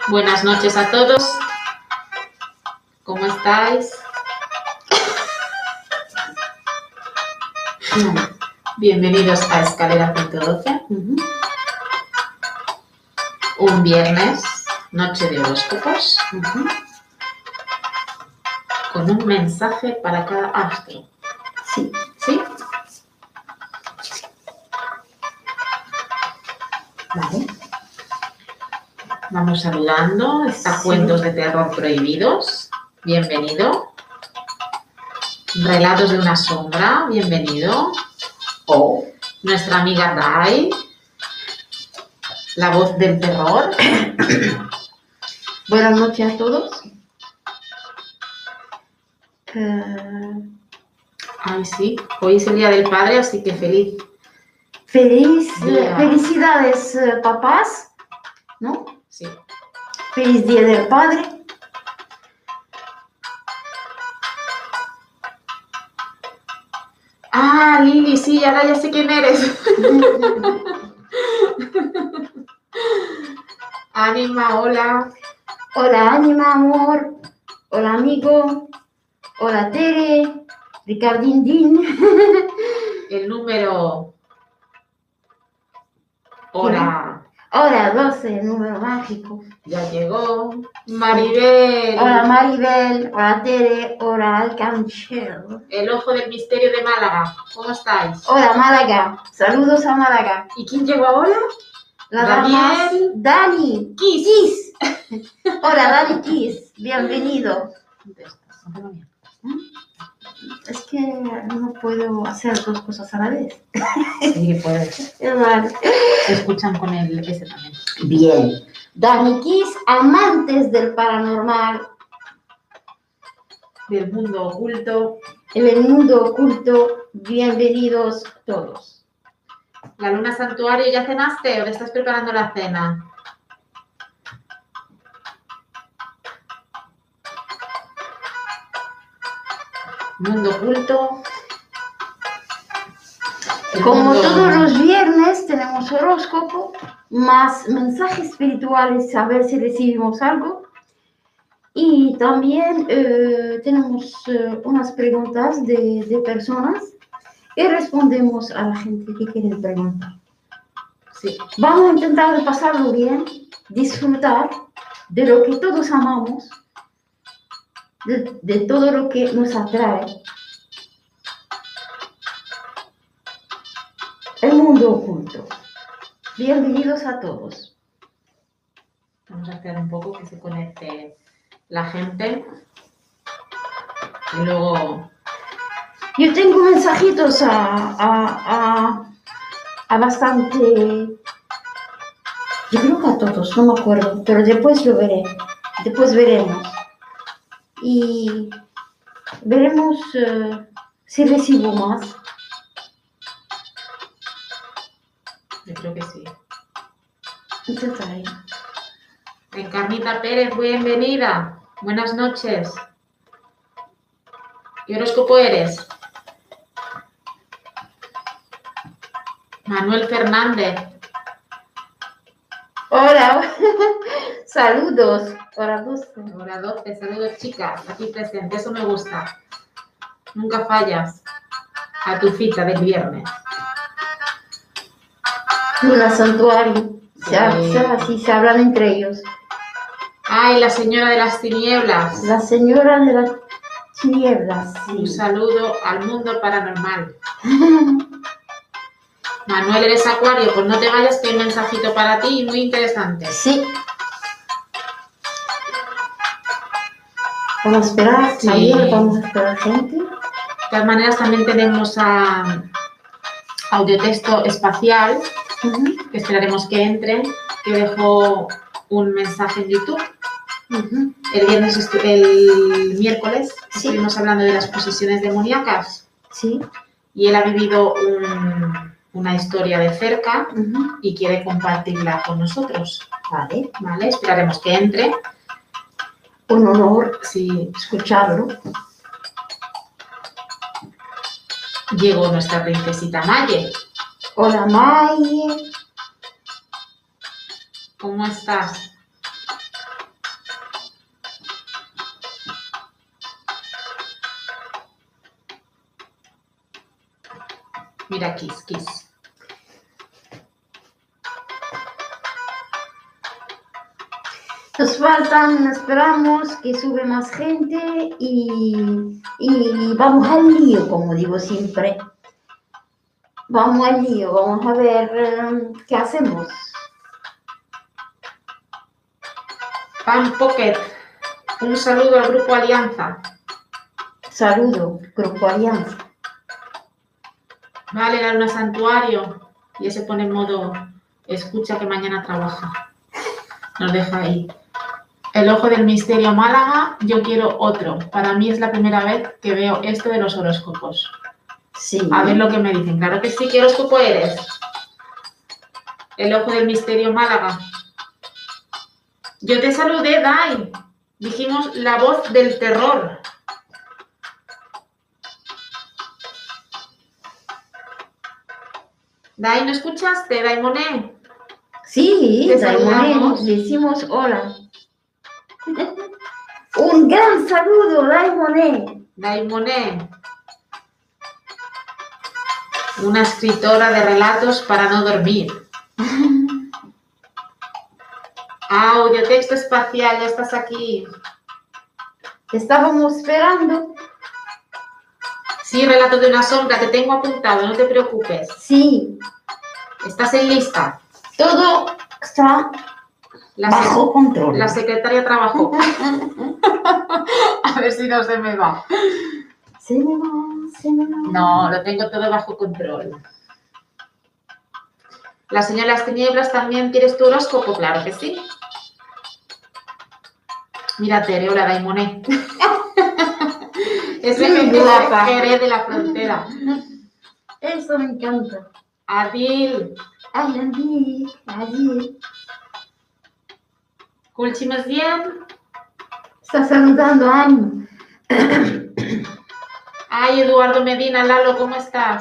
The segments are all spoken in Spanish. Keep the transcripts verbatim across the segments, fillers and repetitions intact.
Buenas noches a todos. ¿Cómo estáis? Bienvenidos a Escalera ciento doce. Uh-huh. Un viernes, noche de horóscopos, uh-huh, con un mensaje para cada astro. Sí. ¿Sí? Vale. Vamos saludando. Está sí. Cuentos de terror prohibidos. Bienvenido. Relatos de una sombra. Bienvenido. Oh. Nuestra amiga Dai. La voz del terror. Buenas noches a todos. Uh... Ay, sí. Hoy es el Día del Padre, así que feliz. Feliz, día. Felicidades, uh, papás, ¿no? Sí. Feliz Día del Padre. Ah, Lili, sí, ahora ya sé quién eres. Ánima, hola. Hola, Ánima, amor. Hola, amigo. Hola, Tere. Ricardín Din. El número. Hola. Hola, doce, el número mágico. Ya llegó. Maribel. Hola, Maribel. Hola, Tere. Hola, Alcanchel. El ojo del misterio de Málaga. ¿Cómo estáis? Hola, Málaga. Saludos a Málaga. ¿Y quién llegó ahora? La Daniel. Dani. Kiss. Kiss. Hola, Dani Kiss. Bienvenido. Es que no puedo hacer dos cosas a la vez. Sí, puedes. Es vale. Se escuchan con el ese también. Bien. Dani Kiss, amantes del paranormal. Del mundo oculto. En el mundo oculto, bienvenidos todos. La luna santuario, ¿ya cenaste o le estás preparando la cena? Mundo oculto. El Como mundo... todos los viernes tenemos horóscopo, más mensajes espirituales, a ver si recibimos algo. Y también eh, tenemos eh, unas preguntas de, de personas y respondemos a la gente que quiere preguntar. Sí. Vamos a intentar pasarlo bien, disfrutar de lo que todos amamos, de, de todo lo que nos atrae. El mundo oculto. Bienvenidos a todos. Vamos a esperar un poco que se conecte la gente. Y luego... Yo tengo mensajitos a, a, a, a bastante... Yo creo que a todos, no me acuerdo, pero después lo veré. Después veremos. Y veremos uh, si recibo más. Yo creo que sí. Intentaré. Encarnita Pérez, bienvenida. Buenas noches. ¿Qué horóscopo eres? Manuel Fernández. Hola. Saludos. Hora doce. Hora doce. Saludos, chicas. Aquí presente. Eso me gusta. Nunca fallas a tu cita del viernes. Luna santuario. Sí. Se, se, así se hablan entre ellos. Ay, la señora de las tinieblas. La señora de las tinieblas. Sí. Un saludo al mundo paranormal. Manuel, eres acuario, pues no te vayas, que hay un mensajito para ti muy interesante. Sí. Vamos a esperar, sí. Mayor, vamos a esperar gente. De todas maneras, también tenemos a Audiotexto Espacial, uh-huh, que esperaremos que entre, que dejó un mensaje en YouTube. Uh-huh. El viernes, el miércoles, sí, estuvimos hablando de las posesiones demoníacas. Sí. Y él ha vivido un, una historia de cerca, uh-huh, y quiere compartirla con nosotros. Vale. Vale, esperaremos que entre. Un honor, sí, escucharlo. Llegó nuestra princesita Maye. Hola, Maye. ¿Cómo estás? Mira, Kiss, Kiss. Nos faltan, esperamos que sube más gente y, y vamos al lío, como digo siempre. Vamos al lío, vamos a ver eh, qué hacemos. Pan Pocket, un saludo al Grupo Alianza. Saludo, Grupo Alianza. Vale, la Luna Santuario. Y ese pone en modo escucha que mañana trabaja. Nos deja ahí. El Ojo del Misterio Málaga, yo quiero otro. Para mí es la primera vez que veo esto de los horóscopos. Sí. A ver lo que me dicen. Claro que sí, ¿qué horóscopo eres? El Ojo del Misterio Málaga. Yo te saludé, Dai. Dijimos la voz del terror. Dai, ¿no escuchaste, Daimoné? Sí, Te Daimoné, saludamos. le decimos hola. Un gran saludo, Daimoné. Daimoné. Una escritora de relatos para no dormir. Audio, texto espacial, ya estás aquí. Te estábamos esperando. Sí, relato de una sombra, te tengo apuntado, no te preocupes. Sí, ¿Estás en lista? todo está La, bajo sec- control. la secretaria trabajó. A ver si no se me va. Se me va, se me va. No, lo tengo todo bajo control. La señora Las Tinieblas, ¿también quieres tu horóscopo? Claro que sí. Mira, Tere, hola, Daimoné. Es de Muy guapa. Jerez de la Frontera. Eso me encanta. Adil, Ay, Andy, allí. ¿Culchimes bien? Está saludando a Ani. Ay, Eduardo Medina, Lalo, ¿cómo estás?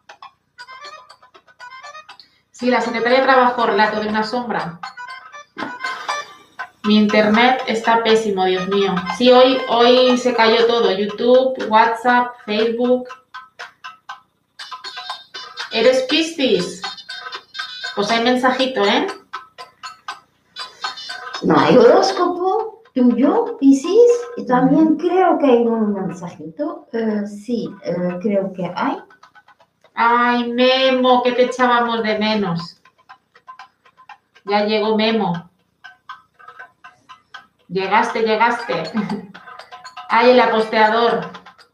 Sí, la secretaria trabajó, relato de una sombra. Mi internet está pésimo, Dios mío. Sí, hoy, hoy se cayó todo. YouTube, WhatsApp, Facebook. ¿Eres Piscis? Pues hay mensajito, ¿eh? No hay horóscopo tuyo, Piscis. Y también creo que hay un mensajito. Eh, sí, eh, creo que hay. Ay, Memo, que te echábamos de menos. Ya llegó Memo. Llegaste, llegaste. Ay, el aposteador.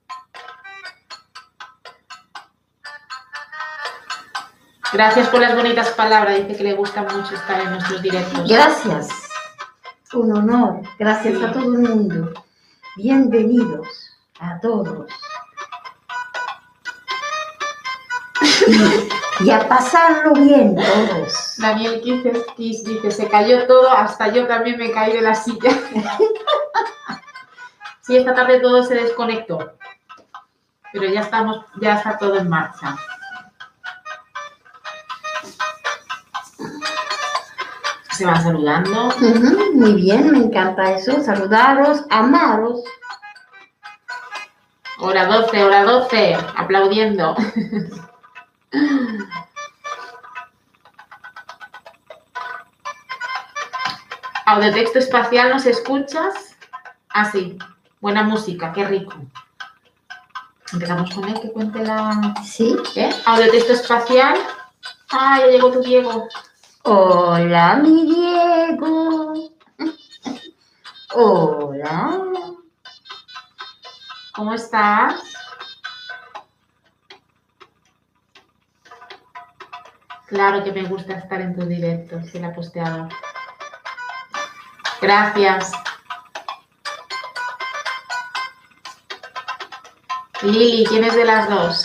Gracias por las bonitas palabras. Dice que le gusta mucho estar en nuestros directos. Gracias. Un honor. Gracias Sí. a todo el mundo. Bienvenidos a todos. Y, y a pasarlo bien todos. Daniel Quinces Kiss dice, se cayó todo, hasta yo también me caí de la silla. Sí, esta tarde todo se desconectó. Pero ya estamos, ya está todo en marcha. Se van saludando. Ujú, muy bien, me encanta eso. Saludaros, amaros. Hora doce, hora doce, aplaudiendo. Audiotexto espacial, ¿nos escuchas? Ah, sí. Buena música, qué rico. Empezamos con él, que cuente la... Sí. ¿Eh? Audiotexto espacial. Ah, ya llegó tu Diego. Hola, mi Diego. Hola. ¿Cómo estás? Claro que me gusta estar en tus directos, el aposteador. Gracias. Lili, ¿quién es de las dos?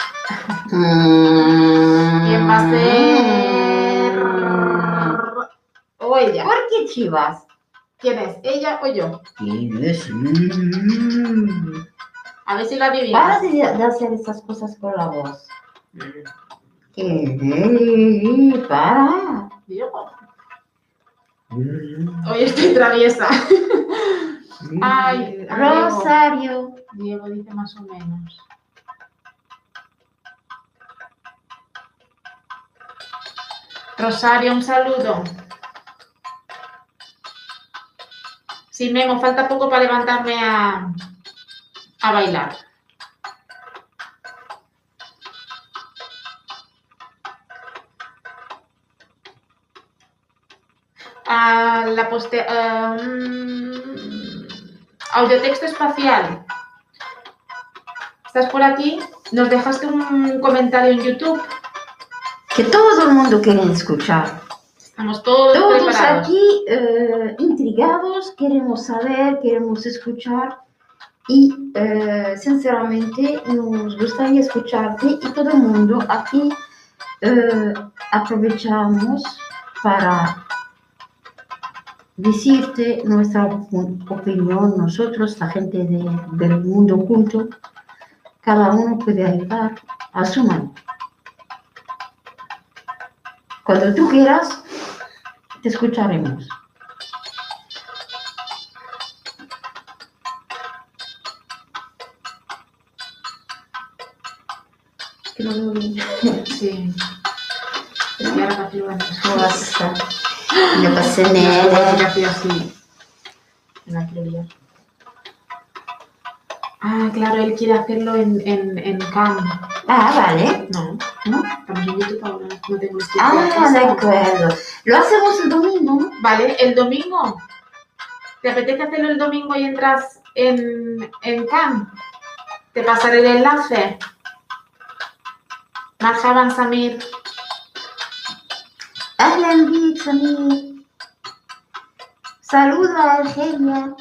¿Quién va a ser? ¿O ella? ¿Por qué chivas? ¿Quién es? ¿Ella o yo? ¿Quién es? A ver si la Para adivinas. de, de hacer esas cosas con la voz. ¿Qué? Para. Diego. Hoy estoy traviesa. Ay, a Diego. Rosario. Diego dice más o menos. Rosario, un saludo. Sí, Memo, falta poco para levantarme a, a bailar. A la poste... Um, audiotexto espacial. ¿Estás por aquí? Nos dejaste un comentario en YouTube. Que todo el mundo quiere escuchar. Estamos todos, Todos preparados. aquí eh, intrigados, queremos saber, queremos escuchar y eh, sinceramente nos gustaría escucharte y todo el mundo aquí eh, aprovechamos para decirte nuestra op- opinión, nosotros, la gente de- del mundo oculto, cada uno puede ayudar a su manera. Cuando tú quieras, te escucharemos. Que no veo bien. Sí. Es que ahora Café lo va a hacer. Nossa, não passa No, nada. que hacía así. Me la quiero liar. Ah, claro, él quiere hacerlo en, en, en Cam. Ah, vale. No, ¿No? estamos en YouTube ahora. No tengo el stick. Ah, de acuerdo. Lo hacemos el domingo, ¿no? Vale, el domingo. ¿Te apetece hacerlo el domingo y entras en, en Cam? Te pasaré el enlace. Marhaban, Samir. أهلا بيك سمير. Saluda a Argelia.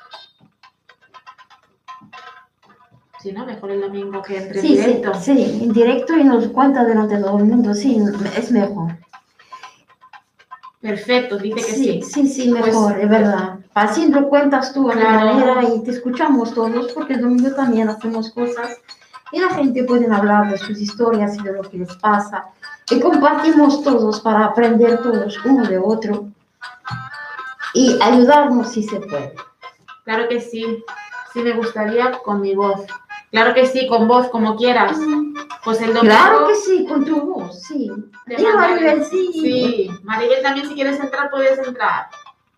Si no, mejor el domingo que entre Sí, en sí, directo. sí, en directo y nos cuenta delante de todo el mundo. Sí, es mejor. Perfecto, dice que Sí, sí. sí, sí, mejor, Pues- es verdad. Así lo cuentas tú a tu Claro. manera y te escuchamos todos porque el domingo también hacemos cosas y la gente puede hablar de sus historias y de lo que les pasa y compartimos todos para aprender todos uno de otro y ayudarnos si se puede. Claro que sí. Sí me gustaría con mi voz. Claro que sí, con voz, como quieras. Pues el domingo... Claro que sí, con tu voz, sí. te Y mandaré- Maribel, sí. Sí, Maribel también, si quieres entrar, puedes entrar.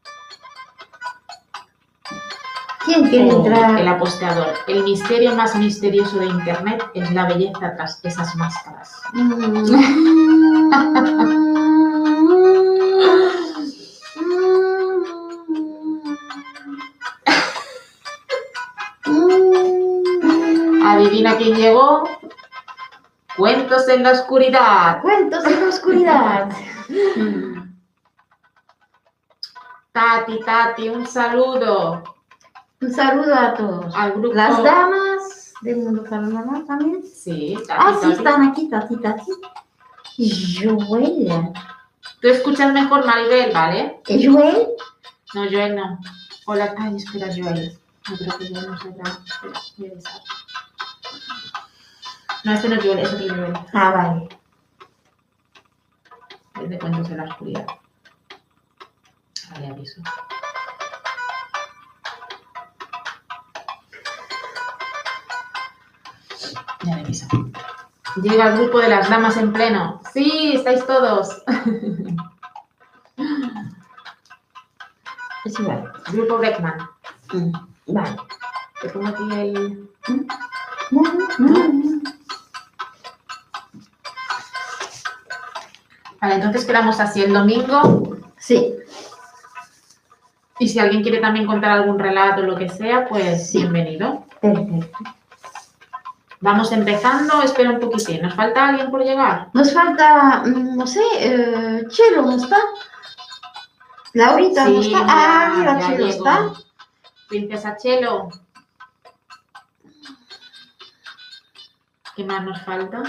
¿Quién quiere Oh, entrar? el aposteador. El misterio más misterioso de Internet es la belleza tras esas máscaras. Adivina quién llegó. Cuentos en la oscuridad. Cuentos en la oscuridad. Tati, Tati, un saludo Un saludo a todos. al grupo. Las damas del mundo paranormal también. Sí, Tati, Ah, sí, Tati. están aquí, Tati, Tati. Y Joel. Tú escuchas mejor, Maribel, ¿vale? ¿Es Joel? No, Joel no. Hola, ay, espera, Joel. No creo que Joel no se Espera, voy a avisar. No, este no es Joel, es otro Joel. Ah, vale. Es de Cuentos en la oscuridad. Vale, aviso. Ya le aviso. Llega el grupo de las damas en pleno. Sí, estáis todos. Es igual. Grupo Beckman. Mm, Vale. Te pongo aquí el... No, no, no. Vale, entonces quedamos así el domingo. Sí, Y si alguien quiere también contar algún relato o lo que sea, pues Sí. bienvenido. perfecto. Vamos empezando, espera un poquitín. ¿Nos falta alguien por llegar? Nos falta, mm, no sé, eh, Chelo, ¿no está? Laurita, ¿no está? Ah, mira, Chelo llegó. está. Princesa Chelo. ¿Qué más nos falta?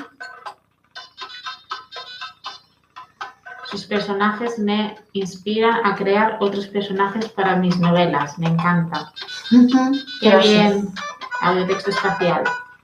Sus personajes me inspiran a crear otros personajes para mis novelas. Me encanta. Ujú, Qué gracias. bien. Audiotexto espacial.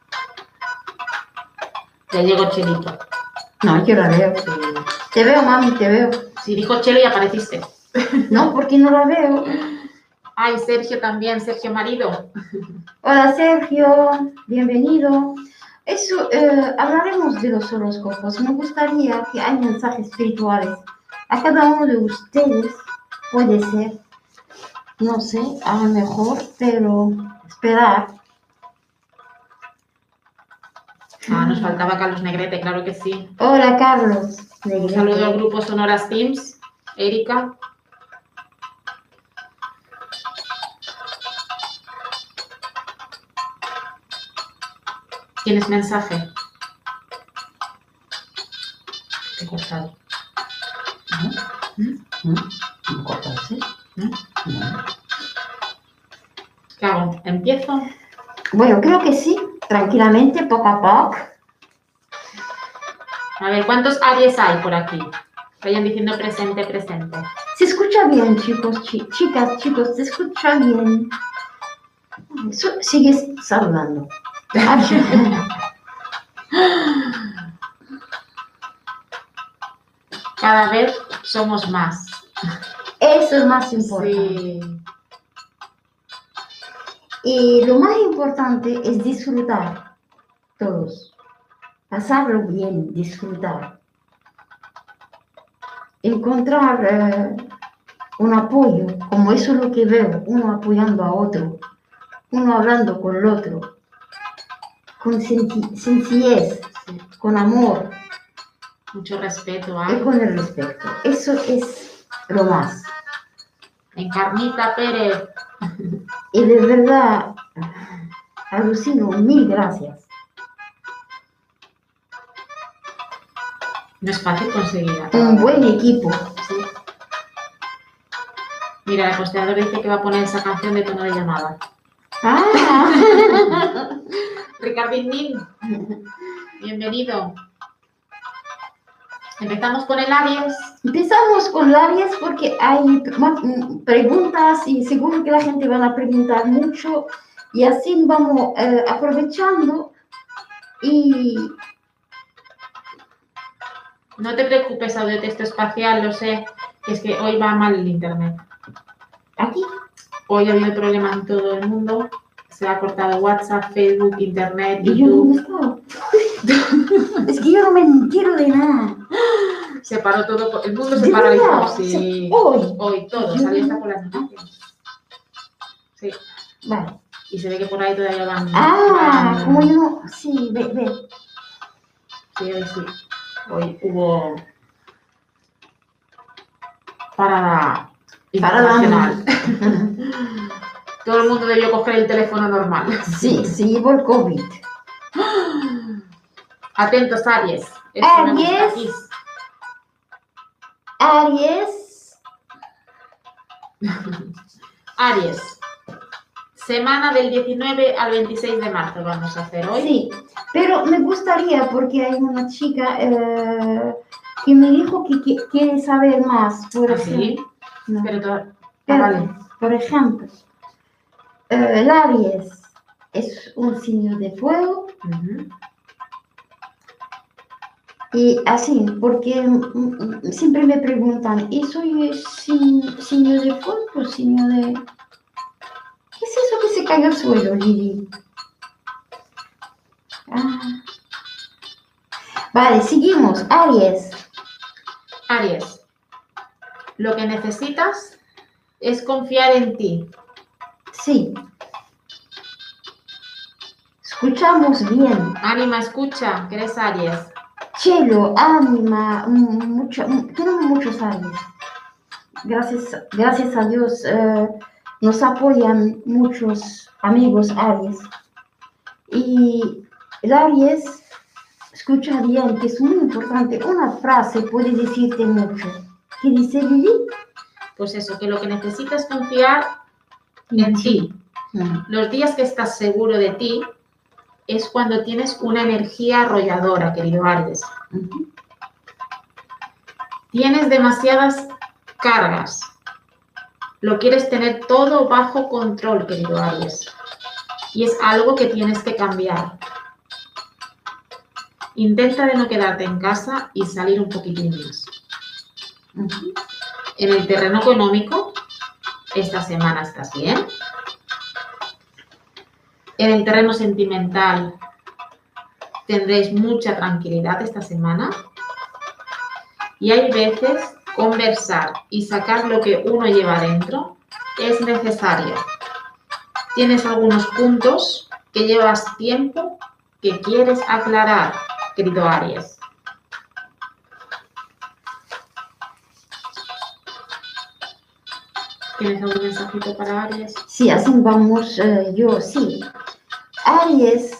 Ya llegó Chelito. No, yo la veo. Sí. Te veo, mami, te veo. Si dijo Chelo y apareciste. No, porque no la veo. Ay, Sergio también, Sergio Marido. Hola, Sergio. Bienvenido. Eso, eh, hablaremos de los horóscopos. Me gustaría que hay mensajes espirituales a cada uno de ustedes, puede ser, no sé, a lo mejor, pero esperar. Ah, nos faltaba Carlos Negrete, claro que sí. Hola, Carlos. Un saludo al grupo Sonoras Teams. Erika. ¿Tienes mensaje? Te he cortado. ¿No? ¿No? ¿No cortarse? ¿No? No. ¿Qué hago? ¿Empiezo? Bueno, creo que sí. Tranquilamente, poco a poco. A ver, ¿cuántos Aries hay por aquí? Vayan diciendo presente, presente. Se escucha bien, chicos, chi- chicas, chicos, se escucha bien. Eso, sigues saludando. Cada vez somos más. Eso es más importante. Sí. Y lo más importante es disfrutar, todos. Pasarlo bien, disfrutar. Encontrar eh, un apoyo, como eso es lo que veo, uno apoyando a otro, uno hablando con el otro, con senci- sencillez, Sí. con amor Mucho respeto, y ¿ah? con el respeto. Eso es lo más. Encarnita Pérez. Y de verdad, alucino, mil gracias. No es fácil conseguir. Un buen equipo. Sí. Mira, el posteador dice que va a poner esa canción de tono de llamada. Ah. Ricardín Nin, bienvenido. Empezamos con el Aries. Empezamos con Aries porque hay ma- preguntas y seguro que la gente van a preguntar mucho y así vamos eh, aprovechando y No te preocupes, audio texto espacial, lo sé, que es que hoy va mal el internet. aquí. Hoy ha habido problemas en todo el mundo. Se ha cortado WhatsApp, Facebook, Internet, ¿Y yo YouTube. dónde estaba? Es que yo no me entero de nada. Se paró todo, por- el mundo se ¿De paralizó. verdad? Sí. Hoy. Hoy todo, salió hasta por las noticias. Sí. Vale. Y se ve que por ahí todavía van. Ah, van- como yo no. Sí, ve, ve. Sí, hoy sí. Hoy hubo parada internacional. Todo el mundo debió coger el teléfono normal. Sí, se llevó el COVID. Atentos, Aries. Esto me gusta Aries. aquí. Aries. Aries. Semana del diecinueve al veintiséis de marzo vamos a hacer hoy. Sí, pero me gustaría porque hay una chica eh, que me dijo que, que quiere saber más. Por ¿Ah, sí? ejemplo, no, Pero todo... ah, pero, vale. por ejemplo, eh, el Aries es un signo de fuego Ujú. y así, porque mm, mm, siempre me preguntan, ¿y soy sin- signo de fuego o signo de...? ¿Qué es eso que se cae al suelo, Lili? Ah. Vale, seguimos. Aries. Aries. Lo que necesitas es confiar en ti. Sí. Escuchamos bien. Ánima, escucha, que eres Aries. Chelo, Ánima, mm, mucho, mm, tenemos muchos Aries. Gracias, gracias a Dios eh, nos apoyan muchos amigos Aries. Y el Aries, escucha bien, que es muy importante. Una frase puede decirte mucho. ¿Qué dice Lili? Pues eso, que lo que necesitas es confiar en ti. Mm. Los días que estás seguro de ti es cuando tienes una energía arrolladora, querido Aries. Ujú. Tienes demasiadas cargas. Lo quieres tener todo bajo control, querido Aries. Y es algo que tienes que cambiar. Intenta de no quedarte en casa y salir un poquitín más. Ujú. En el terreno económico, esta semana estás bien. En el terreno sentimental, tendréis mucha tranquilidad esta semana. Y hay veces conversar y sacar lo que uno lleva dentro es necesario. Tienes algunos puntos que llevas tiempo que quieres aclarar, querido Aries. ¿Tienes algún mensajito para Aries? Sí, así vamos, eh, yo, sí. Aries.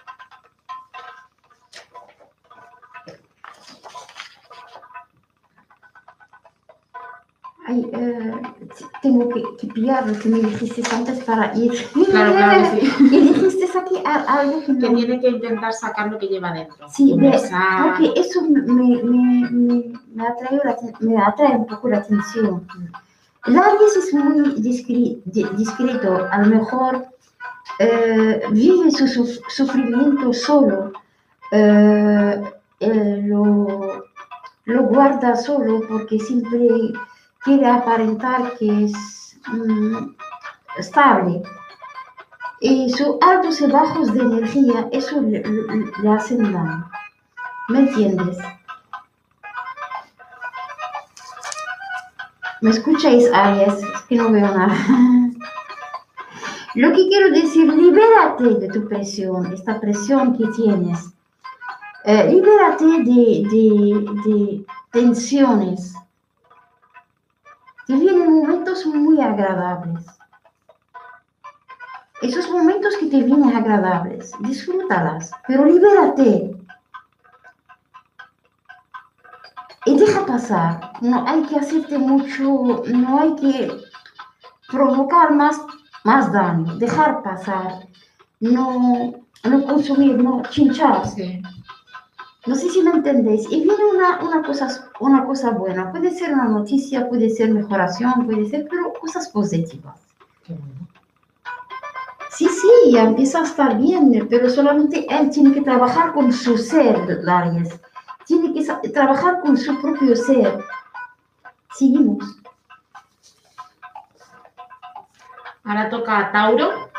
Ay, eh, tengo que, que pillar lo que me dijiste antes para ir. Claro, claro que sí. Y dijiste aquí algo que no... Que tiene que intentar sacar lo que lleva dentro. Sí, de, Conversar. porque eso me, me, me, me, atrae la, me atrae un poco la atención. El Aries es muy discre, discreto, a lo mejor eh, vive su suf, sufrimiento solo, eh, eh, lo, lo guarda solo porque siempre quiere aparentar que es mm, estable. Y sus altos y bajos de energía, eso le, le, le hacen daño. ¿Me entiendes? ¿Me escucháis, Aries? Es que no veo nada. Lo que quiero decir, libérate de tu presión, esta presión que tienes. Eh, libérate de, de, de tensiones. Te vienen momentos muy agradables. Esos momentos que te vienen agradables, disfrútalas, pero libérate. Y deja pasar. No hay que hacerte mucho, no hay que provocar más, más daño. Dejar pasar. No, no consumir, no chinchar. Sí. No sé si me entendéis. Y viene una, una, cosa, una cosa buena. Puede ser una noticia, puede ser mejoración, puede ser, pero cosas positivas. Qué bueno. Sí, sí, ya empieza a estar bien, pero solamente él tiene que trabajar con su ser, Aries. Tiene que trabajar con su propio ser. Seguimos. Ahora toca a Tauro.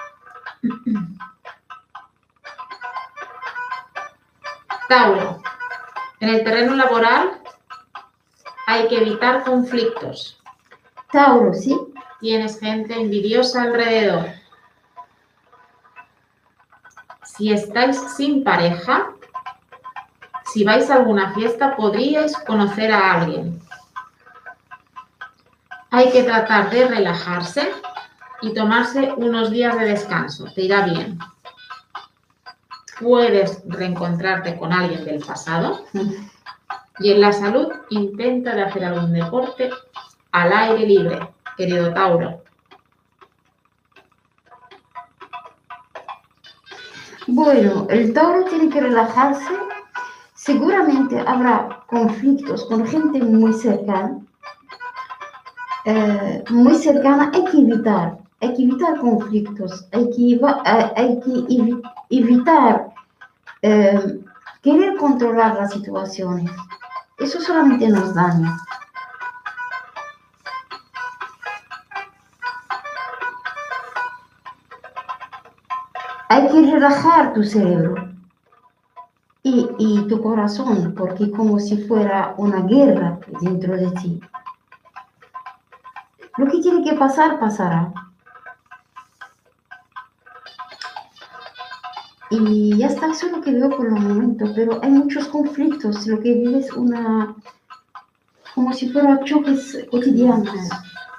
Tauro. En el terreno laboral hay que evitar conflictos. Tauro, ¿sí? Tienes gente envidiosa alrededor. Si estáis sin pareja, si vais a alguna fiesta, podríais conocer a alguien. Hay que tratar de relajarse y tomarse unos días de descanso. Te irá bien. Puedes reencontrarte con alguien del pasado. Y en la salud, intenta de hacer algún deporte al aire libre, querido Tauro. Bueno, el Tauro tiene que relajarse. Seguramente habrá conflictos con gente muy cercana. Eh, muy cercana, hay que evitar, hay que evitar conflictos, hay que, hay que evitar eh, querer controlar las situaciones. Eso solamente nos daña. Hay que relajar tu cerebro y, y tu corazón, porque como si fuera una guerra dentro de ti. Lo que tiene que pasar, pasará. Y ya está, eso es lo que veo por el momento, pero hay muchos conflictos, lo que vives es una, como si fueran choques cotidianos.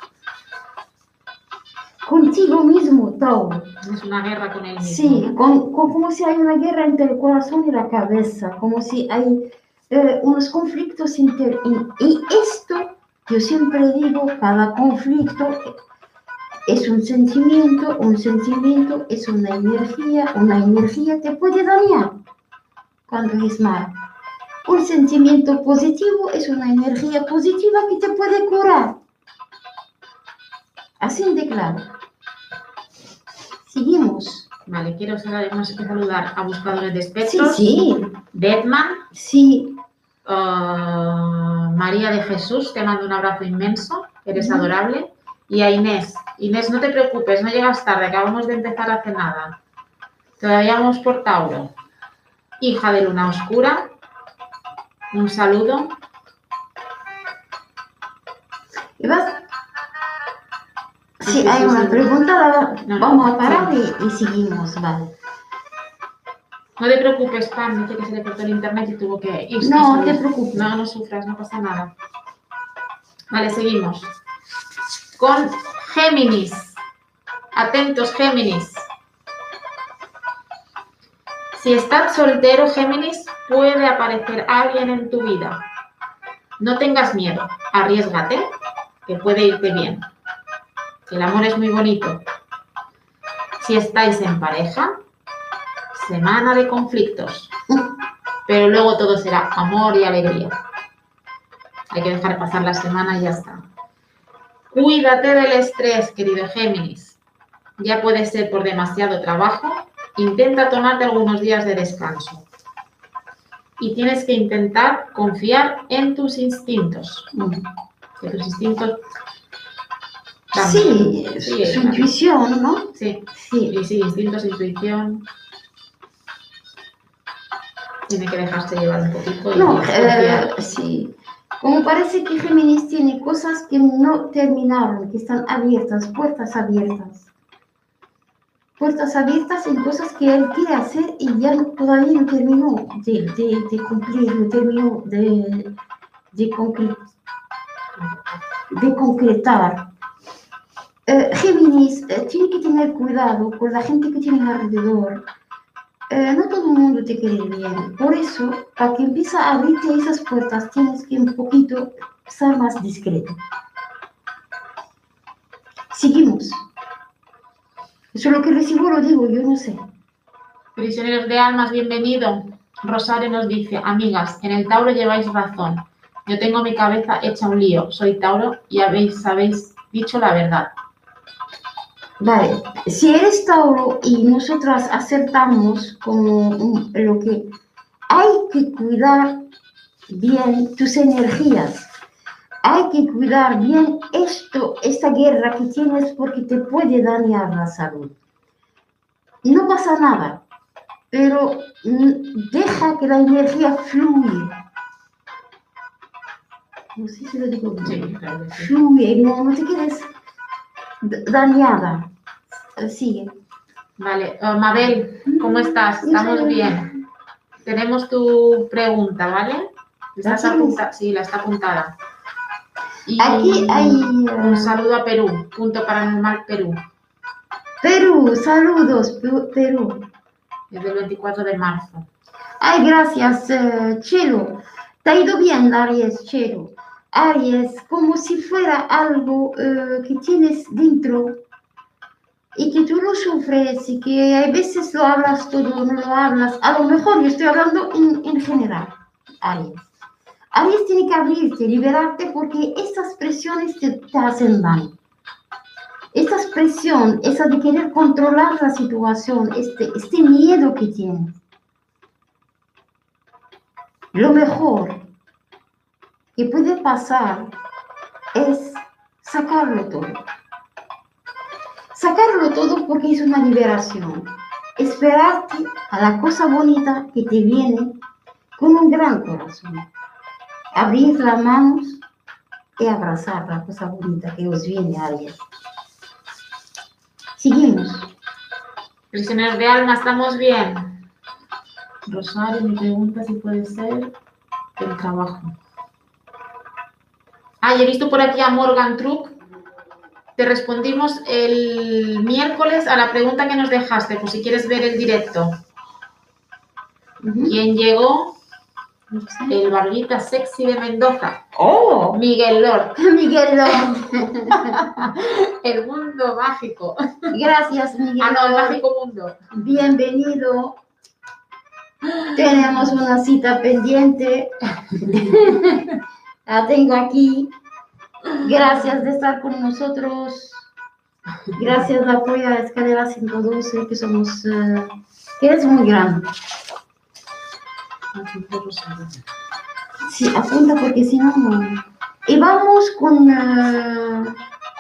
Contigo mismo, Tauro. Es una guerra con él mismo. Sí, con, con, como si hay una guerra entre el corazón y la cabeza, como si hay eh, unos conflictos inter... Y, y esto, yo siempre digo, cada conflicto es un sentimiento, un sentimiento es una energía, una energía te puede dañar cuando es mal. Un sentimiento positivo es una energía positiva que te puede curar. Así de claro. Seguimos. Vale, quiero además saludar a Buscadores de Espectros. Sí, sí. Deadman. Sí. Uh, María de Jesús, te mando un abrazo inmenso, eres mm. adorable. Y a Inés. Inés, no te preocupes, no llegas tarde, acabamos de empezar hace nada. Todavía vamos por Tauro. Hija de Luna Oscura, un saludo. Y vas... Sí, Sí, sí, hay sí, una sí. pregunta, la- No, vamos a parar sí. y, y seguimos, vale. No te preocupes, Pam, dice que se le cortó el internet y tuvo que irse. No te preocupes. No, no sufras, no pasa nada. Vale, seguimos. Con Géminis. Atentos, Géminis. Si estás soltero, Géminis, puede aparecer alguien en tu vida. No tengas miedo, arriésgate, que puede irte bien. El amor es muy bonito. Si estáis en pareja, semana de conflictos, pero luego todo será amor y alegría. Hay que dejar pasar la semana y ya está. Cuídate del estrés, querido Géminis. Ya puede ser por demasiado trabajo. Intenta tomarte algunos días de descanso. Y tienes que intentar confiar en tus instintos. Que tus instintos... Sí, Sí, su claro. intuición, ¿no? Sí, Sí. y sí, instintos, intuición. Tiene que dejarse llevar un poquito y No, confiar. eh, sí. Como parece que Géminis tiene cosas que no terminaron, que están abiertas, puertas abiertas. Puertas abiertas en cosas que él quiere hacer y ya no- todavía no terminó de, de, de cumplir, no terminó de, de, concre- de concretar. Eh, Géminis eh, tiene que tener cuidado con la gente que tienes alrededor. Eh, no todo el mundo te quiere bien. Por eso, para que empiece a abrirte esas puertas, tienes que un poquito ser más discreto. Seguimos. Eso es lo que recibo, lo digo, yo no sé. Prisioneros de almas, bienvenido. Rosario nos dice, amigas, en el Tauro lleváis razón. Yo tengo mi cabeza hecha un lío. Soy Tauro y habéis, habéis dicho la verdad. Vale, si eres Tauro y nosotras acertamos como un- lo que hay que cuidar bien tus energías. Hay que cuidar bien esto, esta guerra que tienes porque te puede dañar la salud. No pasa nada, pero mm, deja que la energía fluya. No sé si lo digo bien. Sí, claro que sí. Fluye, no, no te quedes d- dañada. Eh, Sigue. Vale, eh, Mabel, ¿cómo estás? Estamos bien. Tenemos tu pregunta, ¿vale? ¿Estás ¿La tienes? apunta? Sí, la está apuntada. Y Aquí hay, eh, un saludo a Perú, punto paranormal Perú, Perú, saludos, Pe- Perú. desde el veinticuatro de marzo. Ay, gracias, eh, Chelo. ¿Te ha ido bien, Aries, Chelo? Aries, como si fuera algo eh, que tienes dentro y que tú lo sufres y que a veces lo hablas todo, no lo hablas. A lo mejor yo estoy hablando en, en general, Aries. Aries tiene que abrirte, liberarte porque estas presiones te, te hacen daño. Esta presión, esa de querer controlar la situación, este, este miedo que tienes. Lo mejor que puede pasar es sacarlo todo. Sacarlo todo porque es una liberación. Esperarte a la cosa bonita que te viene con un gran corazón. Abrir las manos y abrazar la cosa bonita que os viene a alguien. Seguimos. Prisioneros de alma, ¿estamos bien? Rosario me pregunta si puede ser el trabajo. Ah, y he visto por aquí a Morgan Truck. Te respondimos el miércoles a la pregunta que nos dejaste, por si quieres ver el directo. Uh-huh. ¿Quién llegó? El barbita sexy de Mendoza. ¡Oh! Miguel Lord. Miguel Lord. El mundo mágico. Gracias, Miguel Ah, no, el Lord. mágico mundo. Bienvenido. Tenemos una cita pendiente. La tengo aquí. Gracias de estar con nosotros. Gracias de apoyo a Escalera ciento doce, que somos, uh, que es muy grande. Sí, apunta porque si no, no. Y vamos con... Uh...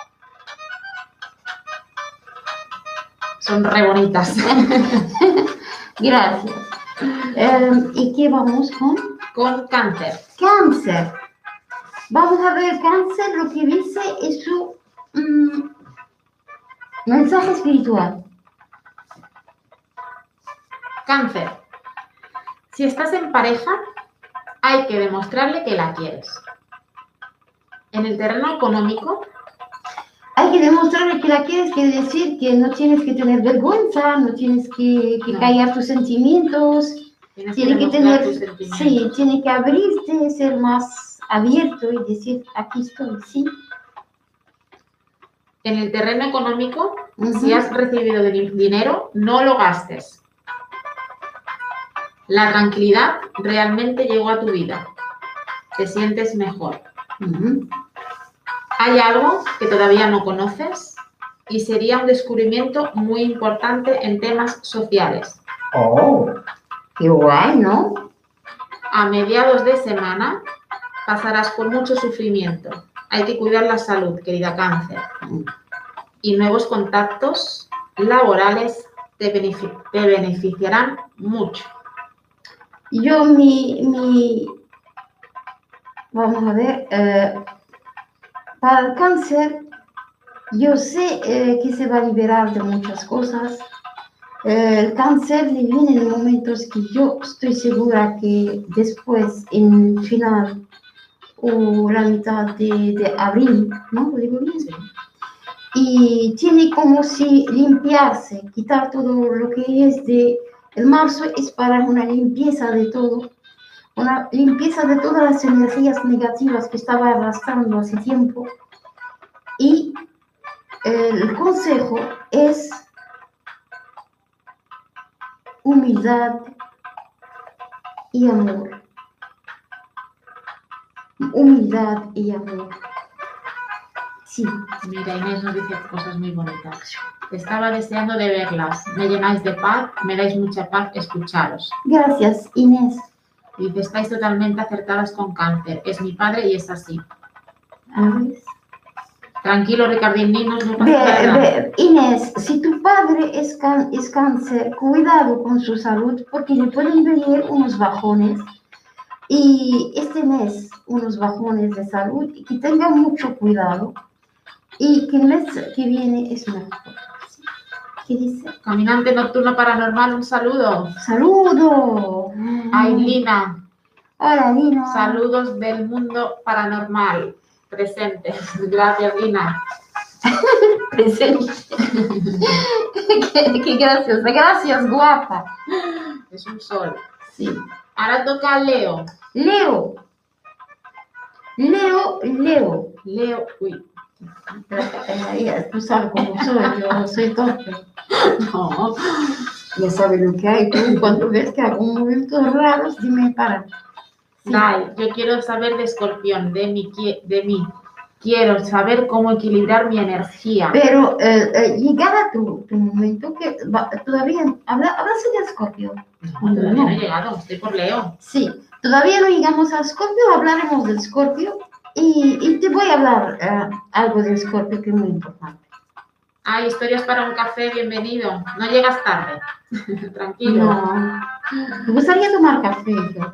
Son re bonitas. Gracias. Um, ¿Y qué vamos con? Con cáncer. Cáncer. Vamos a ver, Cáncer, lo que dice es su mm, mensaje espiritual. Cáncer. Si estás en pareja, hay que demostrarle que la quieres. En el terreno económico, Hay que demostrarle que la quieres, quiere decir que no tienes que tener vergüenza, no tienes que, que No. callar tus sentimientos, tienes tiene que demostrar tener, tus sentimientos. sí, tiene que abrirte, ser más abierto y decir, aquí estoy, sí. En el terreno económico, Ujú. si has recibido di- dinero, no lo gastes. La tranquilidad realmente llegó a tu vida. Te sientes mejor. Ujú. Hay algo que todavía no conoces y sería un descubrimiento muy importante en temas sociales. Oh, qué guay, ¿no? A mediados de semana pasarás por mucho sufrimiento. Hay que cuidar la salud, querida Cáncer. Y nuevos contactos laborales te, benefi- te beneficiarán mucho. Yo, mi, mi, vamos a ver, eh, para el cáncer, yo sé eh, que se va a liberar de muchas cosas. Eh, el cáncer le viene en momentos que yo estoy segura que después, en final o la mitad de, de abril, ¿no? ¿Lo digo bien? Sí. Y tiene como si limpiarse, quitar todo lo que es de... El marzo es para una limpieza de todo, una limpieza de todas las energías negativas que estaba arrastrando hace tiempo. Y el consejo es humildad y amor. Humildad y amor. Sí. Mira, Inés nos dice cosas muy bonitas. Estaba deseando de verlas. Me llenáis de paz, me dais mucha paz escucharos. Gracias, Inés. Dice, estáis totalmente acertadas con Cáncer. Es mi padre y es así. A ver. Tranquilo, Ricardín, niños, no pasa Ve, nada. ve, Inés, si tu padre es, can- es cáncer, cuidado con su salud porque le pueden venir unos bajones y este mes unos bajones de salud y que tenga mucho cuidado y que el mes que viene es mejor. ¿Sí? ¿Qué dice? Caminante nocturno paranormal, un saludo. ¡Saludo! Ay, Lina, Hola, Lina. saludos del mundo paranormal. Presentes. Gracias, Lina. Presente. qué, qué graciosa. Gracias, guapa. Es un sol. Sí. Ahora toca a Leo. Leo. Leo, Leo. Leo, uy. Eh, Tú sabes cómo soy, yo soy torpe. No. Ya sabes lo que hay. Tú cuando ves que hago movimientos raros, dime para. Sí. Dai, yo quiero saber de Escorpión, de mí, qui- de mí. Quiero saber cómo equilibrar mi energía. Pero eh, eh, llegará tu, tu momento que va- todavía. Habla, hablas de Escorpio. No, todavía no he llegado, estoy por Leo. Sí, todavía no llegamos a Escorpio, hablaremos del Escorpio y, y te voy a hablar eh, algo del Escorpio que es muy importante. Ay, historias para un café, bienvenido. No llegas tarde. Tranquilo. No, me gustaría tomar café. Yo.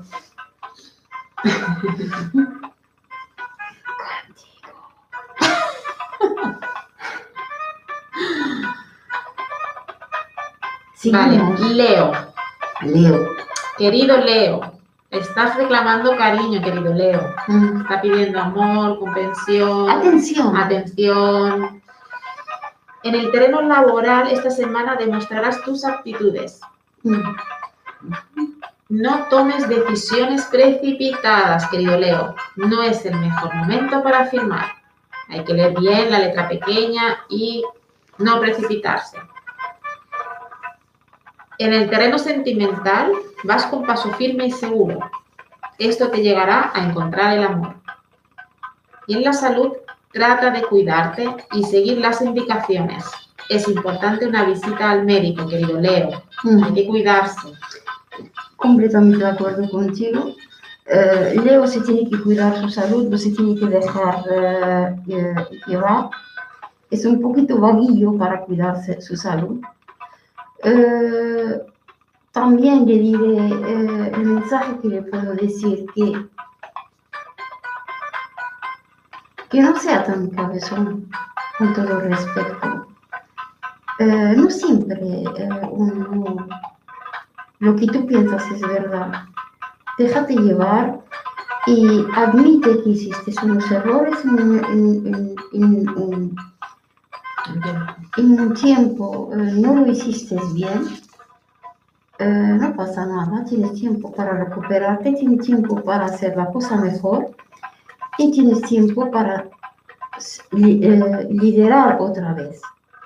Vale, Seguimos. Leo. Leo. Querido Leo, estás reclamando cariño, querido Leo. Mm. Está pidiendo amor, comprensión, Atención. atención. En el terreno laboral, esta semana demostrarás tus aptitudes. Mm. No tomes decisiones precipitadas, querido Leo. No es el mejor momento para firmar. Hay que leer bien la letra pequeña y no precipitarse. En el terreno sentimental, vas con paso firme y seguro. Esto te llegará a encontrar el amor. Y en la salud, trata de cuidarte y seguir las indicaciones. Es importante una visita al médico, querido Leo. Mm. Hay que cuidarse. Completamente de acuerdo contigo. Eh, Leo se tiene que cuidar su salud, no se tiene que dejar eh, eh, llevar. Es un poquito vaguillo para cuidarse su salud. Eh, también le diré eh, el mensaje que le puedo decir que que no sea tan cabezón, con todo respeto. Eh, no siempre eh, uno, lo que tú piensas es verdad. Déjate llevar y admite que hiciste unos errores en, en, en, en, en, en un tiempo, eh, no lo hiciste bien. Eh, no pasa nada, tienes tiempo para recuperarte, tienes tiempo para hacer la cosa mejor y tienes tiempo para eh, liderar otra vez.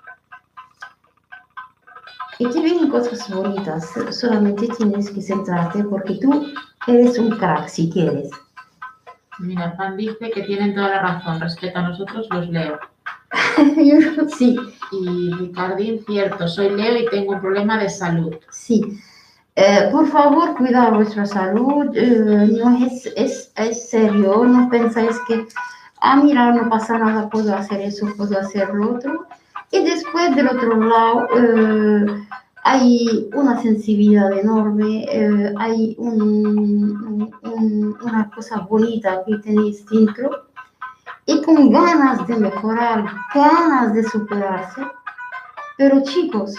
Y te vienen cosas bonitas, solamente tienes que centrarte porque tú eres un crack si quieres. Mira, Juan dice que tienen toda la razón, respecto a nosotros los Leo. Yo, sí. Y Ricardín, cierto, soy Leo y tengo un problema de salud. Sí. Eh, por favor, cuidar vuestra salud, eh, no es, es, es serio, no pensáis que, ah, mira, no pasa nada, puedo hacer eso, puedo hacer lo otro. Y después del otro lado eh, hay una sensibilidad enorme, eh, hay un, un, una cosa bonita que tenéis dentro y con ganas de mejorar, ganas de superarse. Pero chicos,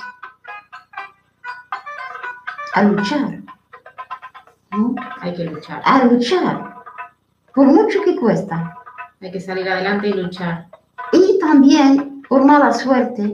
a luchar, ¿no? Hay que luchar. A luchar, por mucho que cuesta. Hay que salir adelante y luchar. Y también, por mala suerte,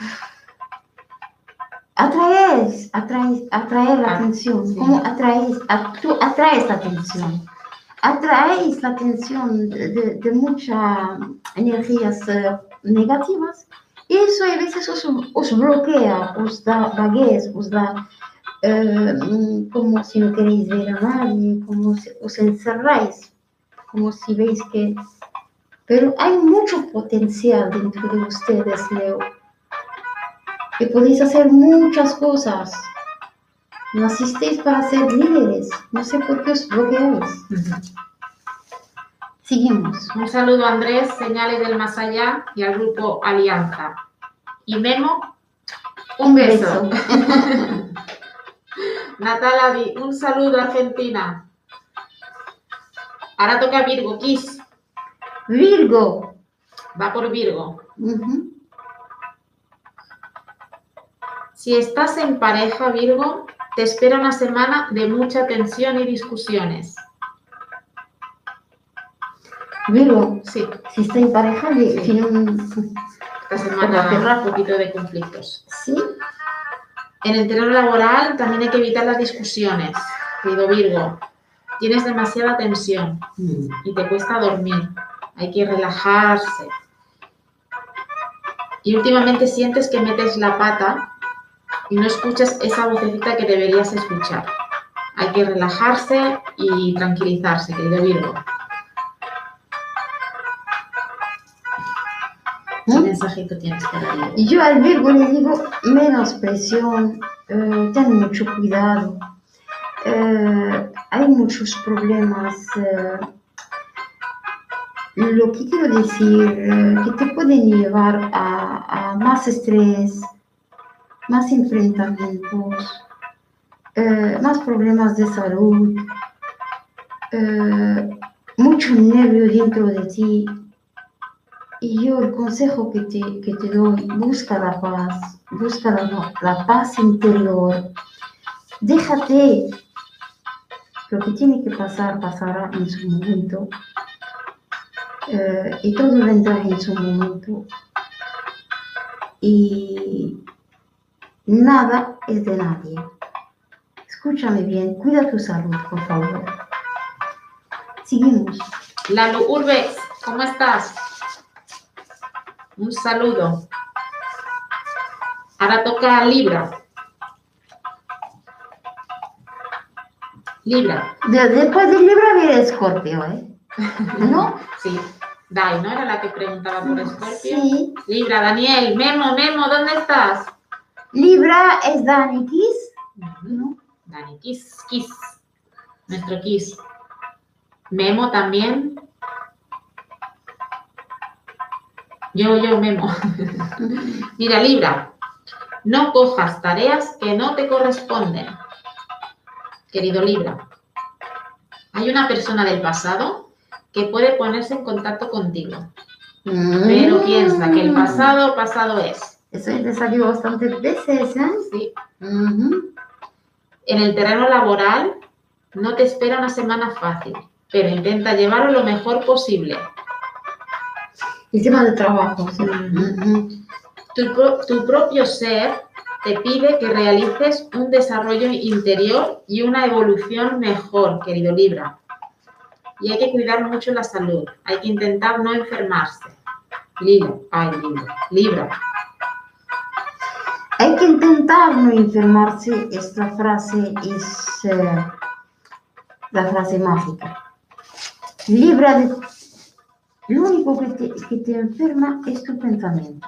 atraes, atraes, atraer la Ah, atención. sí. ¿Cómo atraes? A, tú atraes la atención. Atraes la atención de, de, de muchas energías uh, negativas y eso a veces os, os bloquea, os da vaguez, os da uh, como si no queréis ver a nadie, como si os encerráis, como si veis que... Pero hay mucho potencial dentro de ustedes, Leo, que podéis hacer muchas cosas. Nacisteis para ser líderes, no sé por qué os bloqueáis. Uh-huh. Seguimos. Un saludo a Andrés, señales del más allá y al grupo Alianza. Y Memo, un, un beso. beso. Natalavi, un saludo Argentina. Ahora toca Virgo, Kiss. Virgo. Va por Virgo. Uh-huh. Si estás en pareja, Virgo, te espera una semana de mucha tensión y discusiones. Virgo, sí. Si está en pareja, sí. Tiene un... Esta semana un poquito de conflictos. Sí. En el terreno laboral también hay que evitar las discusiones, querido Virgo. Tienes demasiada tensión mm. y te cuesta dormir. Hay que relajarse. Y últimamente sientes que metes la pata y no escuchas esa vocecita que deberías escuchar. Hay que relajarse y tranquilizarse, querido Virgo. ¿Qué mensajito tienes para Virgo? Yo al Virgo le digo menos presión, eh, ten mucho cuidado. Eh, hay muchos problemas. Eh, lo que quiero decir, eh, que te pueden llevar a, a más estrés, más enfrentamientos, eh, más problemas de salud, eh, mucho nervio dentro de ti. Y yo el consejo que te, que te doy, busca la paz, busca la, la paz interior. Déjate, lo que tiene que pasar, pasará en su momento. Eh, y todo vendrá en su momento. Y nada es de nadie. Escúchame bien, cuida tu salud, por favor. Seguimos. Lalu Urbex, ¿cómo estás? Un saludo. Ahora toca Libra. Libra. De, después de Libra viene Escorpio, ¿eh? ¿No? Sí. Dai, ¿no? Era la que preguntaba por Escorpio. Sí. Libra, Daniel, Memo, Memo, ¿dónde estás? Libra es Dani Kiss. ¿No? Dani Kiss, Kiss. Nuestro Kiss. Memo también. Yo, yo, Memo. Mira, Libra, no cojas tareas que no te corresponden. Querido Libra, hay una persona del pasado que puede ponerse en contacto contigo. Mm. Pero piensa que el pasado, pasado es. Eso te salió bastantes veces, ¿eh? Sí. Uh-huh. En el terreno laboral no te espera una semana fácil, pero intenta llevarlo lo mejor posible. El tema de trabajo, sí. Uh-huh. Tu, pro, tu propio ser te pide que realices un desarrollo interior y una evolución mejor, querido Libra. Y hay que cuidar mucho la salud. Hay que intentar no enfermarse. Libra, ay, Libra, Libra. Hay que intentar no enfermarse. Esta frase es eh, la frase mágica. Libra, de... lo único que te, que te enferma es tu pensamiento.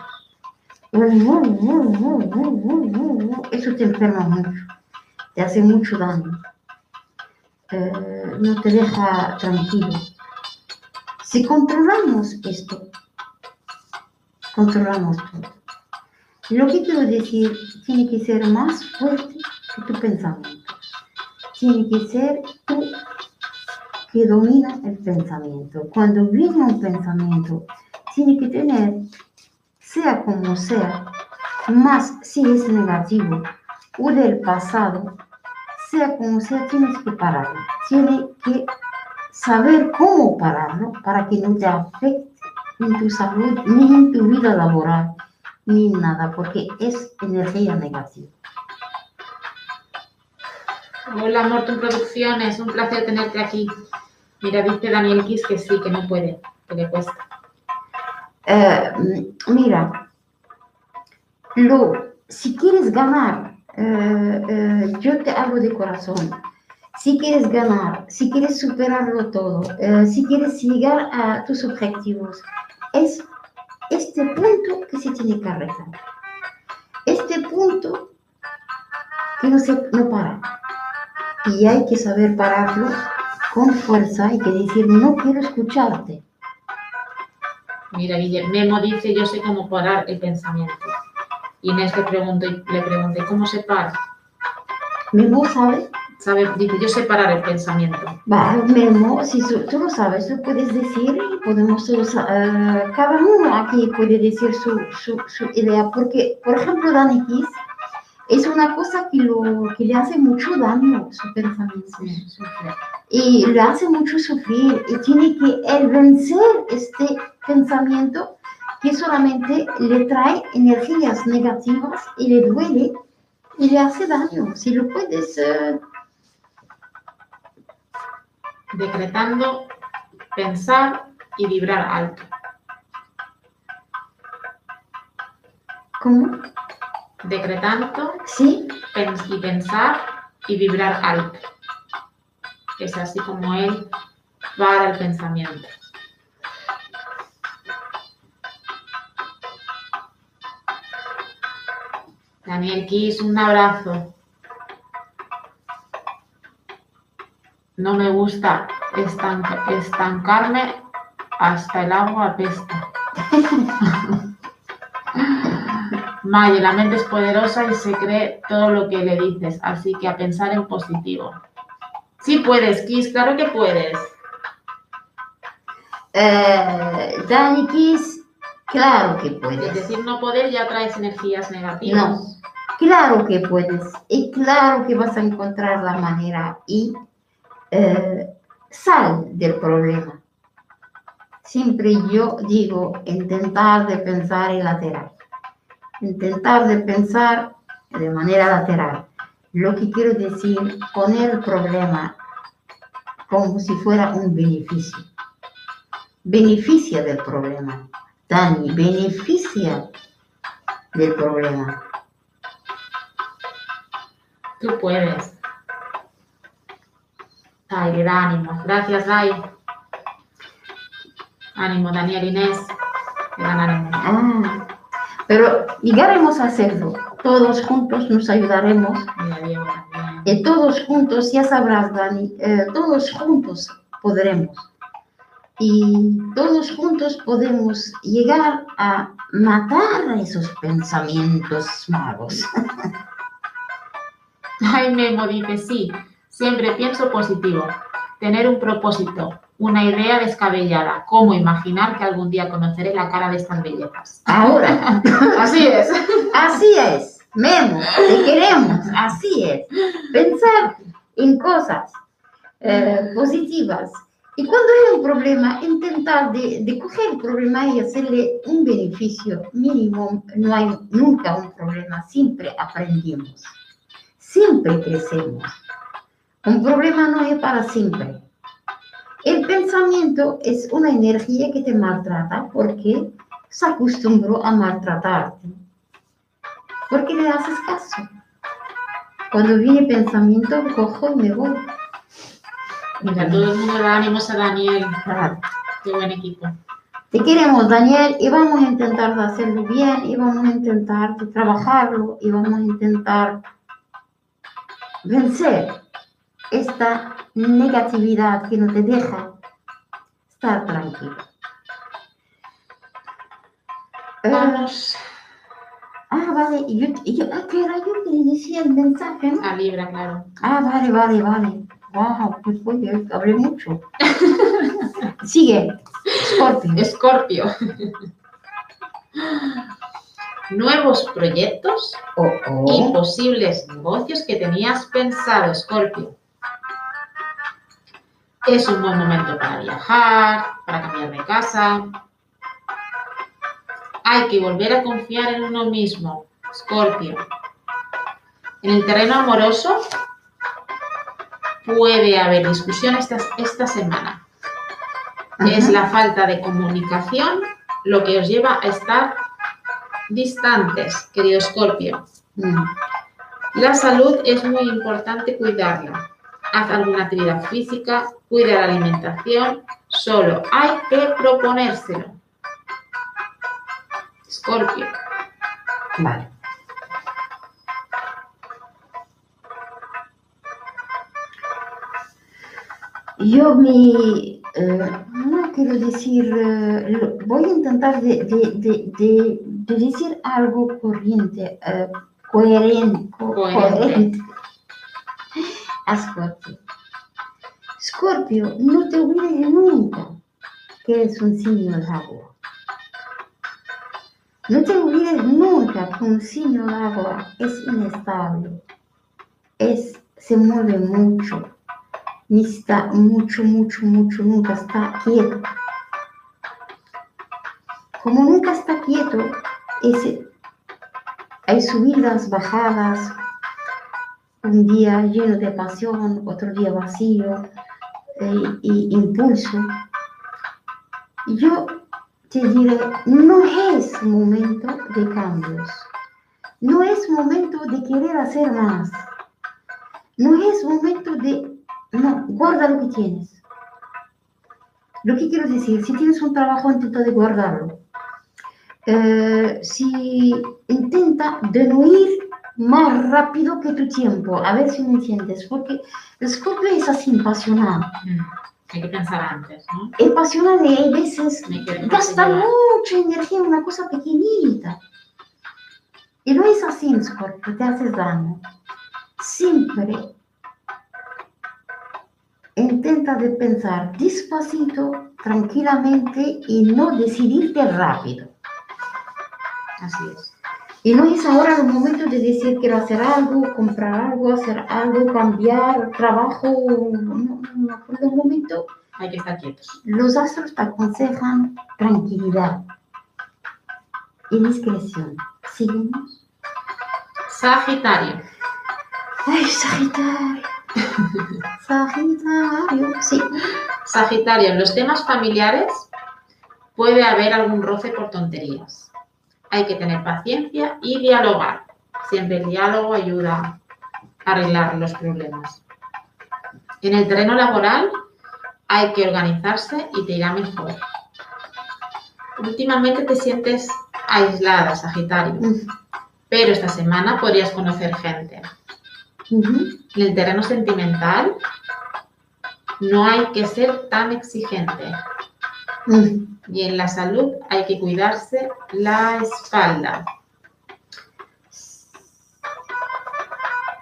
Eso te enferma mucho, te hace mucho daño, eh, no te deja tranquilo. Si controlamos esto, controlamos todo. Lo que quiero decir, tiene que ser más fuerte que tu pensamiento. Tiene que ser tú que domina el pensamiento. Cuando viene un pensamiento, tiene que tener, sea como sea, más si es negativo o del pasado, sea como sea, tienes que pararlo. Tienes que saber cómo pararlo para que no te afecte ni tu salud, ni en tu vida laboral, ni nada, porque es energía negativa. Hola, Morton Producciones, un placer tenerte aquí. Mira, dice Daniel Kiss que sí, que no puede, que le cuesta. Eh, mira, lo, si quieres ganar, eh, eh, yo te hablo de corazón. Si quieres ganar, si quieres superarlo todo, eh, si quieres llegar a tus objetivos, es este punto que se tiene que arreglar. Este punto que no se no para. Y hay que saber pararlo con fuerza. Hay que decir, no quiero escucharte. Mira, Guillermo, Memo dice, yo sé cómo parar el pensamiento. Inés le preguntó, le pregunté, ¿cómo se para? Memo sabe. Sabe, dice, yo sé parar el pensamiento. Va, Memo, si tú, tú lo sabes, tú puedes decir y podemos todos, uh, cada uno aquí puede decir su, su, su idea. Porque, por ejemplo, Dani Kiss es una cosa que, lo, que le hace mucho daño, su pensamiento. Sí, sufre. Y le hace mucho sufrir. Y tiene que él vencer este pensamiento que solamente le trae energías negativas y le duele y le hace daño. Si lo puedes... Uh... Decretando, pensar y vibrar alto. ¿Cómo? Decretando, sí, pens y pensar y vibrar alto. Es así como él para el pensamiento. Daniel Kiss, un abrazo. No me gusta estanca estancarme, hasta el agua apesta. Maye, la mente es poderosa y se cree todo lo que le dices, así que a pensar en positivo. Sí puedes, Kiss, claro que puedes. Eh, Dani Kiss, claro que puedes. Es decir, no poder ya traes energías negativas. No, claro que puedes. Y claro que vas a encontrar la manera y eh, sal del problema. Siempre yo digo, intentar de pensar en lateral. Intentar de pensar de manera lateral. Lo que quiero decir, poner el problema como si fuera un beneficio. Beneficia del problema. Dani, beneficia del problema. Tú puedes. Ay, le da ánimo. Gracias, Dai. Ánimo, Daniel, Inés. Le dan ánimo. Ah, pero llegaremos a hacerlo. Todos juntos nos ayudaremos. Mira, Diego, Y todos juntos, ya sabrás, Dani, eh, todos juntos podremos. Y todos juntos podemos llegar a matar esos pensamientos malos. Ay, Memo dice, sí, siempre pienso positivo. Tener un propósito. una idea descabellada. ¿Cómo imaginar que algún día conoceré la cara de estas bellezas? Ahora, Así es. así es, Memo, te queremos, así es. Pensar en cosas eh, positivas. Y cuando hay un problema, intentar de, de coger el problema y hacerle un beneficio mínimo. No hay nunca un problema, siempre aprendemos, siempre crecemos. Un problema no es para siempre. El pensamiento es una energía que te maltrata porque se acostumbró a maltratarte. ¿Por qué le haces caso? Cuando viene pensamiento, cojo y me voy. Mira, todo el mundo da ánimos a Daniel. Claro. Qué buen equipo. Te queremos, Daniel, y vamos a intentar de hacerlo bien, y vamos a intentar de trabajarlo, y vamos a intentar vencer esta negatividad que no te deja estar tranquilo. Eh, Vamos ah, vale, yo, yo, ah, que era yo que le decía el mensaje, ¿no? a Libra, claro. Ah, vale, vale, vale. Wow, pues fue que hablé mucho. Sigue, Scorpio. Escorpio. Nuevos proyectos Oh, y oh. posibles negocios que tenías pensado, Escorpio. Es un buen momento para viajar, para cambiar de casa. Hay que volver a confiar en uno mismo, Escorpio. En el terreno amoroso puede haber discusión esta, esta semana. Ajá. Es la falta de comunicación lo que os lleva a estar distantes, querido Escorpio. Mm. La salud es muy importante cuidarla. Haz alguna actividad física, cuida la alimentación, solo hay que proponérselo. Escorpio. Vale. Yo mi, eh, no quiero decir, eh, lo- voy a intentar de, de, de, de, de decir algo corriente, eh, coherente, co- Coherente. coherente a Scorpio. Scorpio, no te olvides nunca que es un signo de agua. No te olvides nunca que un signo de agua es inestable, es, se mueve mucho, necesita mucho, mucho, mucho, nunca está quieto. Como nunca está quieto, es, hay subidas, bajadas, un día lleno de pasión, otro día vacío, eh, y impulso. Y yo te diré, no es momento de cambios, no es momento de querer hacer más, no es momento de, no, guarda lo que tienes. Lo que quiero decir, si tienes un trabajo, intenta de guardarlo. Eh, si intenta de no ir más rápido que tu tiempo, a ver si me entiendes, porque el Scorpio es así, apasionado. Mm, Hay que pensar antes, ¿no? Es apasionado y hay veces Me quiero gasta llevar. mucha energía en una cosa pequeñita. Y no es así, Scorpio, te haces daño. Siempre intenta de pensar despacito, tranquilamente y no decidirte rápido. Así es. Y no es ahora el momento de decir quiero hacer algo, comprar algo, hacer algo, cambiar trabajo. No, no, no. Por el momento Hay que estar quietos. los astros te aconsejan tranquilidad y discreción. ¿Seguimos? Sagitario. Ay, Sagitario. Sagitario, sí. Sagitario, en los temas familiares puede haber algún roce por tonterías. Hay que tener paciencia y dialogar. Siempre el diálogo ayuda a arreglar los problemas. En el terreno laboral hay que organizarse y te irá mejor. Últimamente te sientes aislada, Sagitario, pero esta semana podrías conocer gente. Uh-huh. En el terreno sentimental no hay que ser tan exigente. Uh-huh. Y en la salud hay que cuidarse la espalda.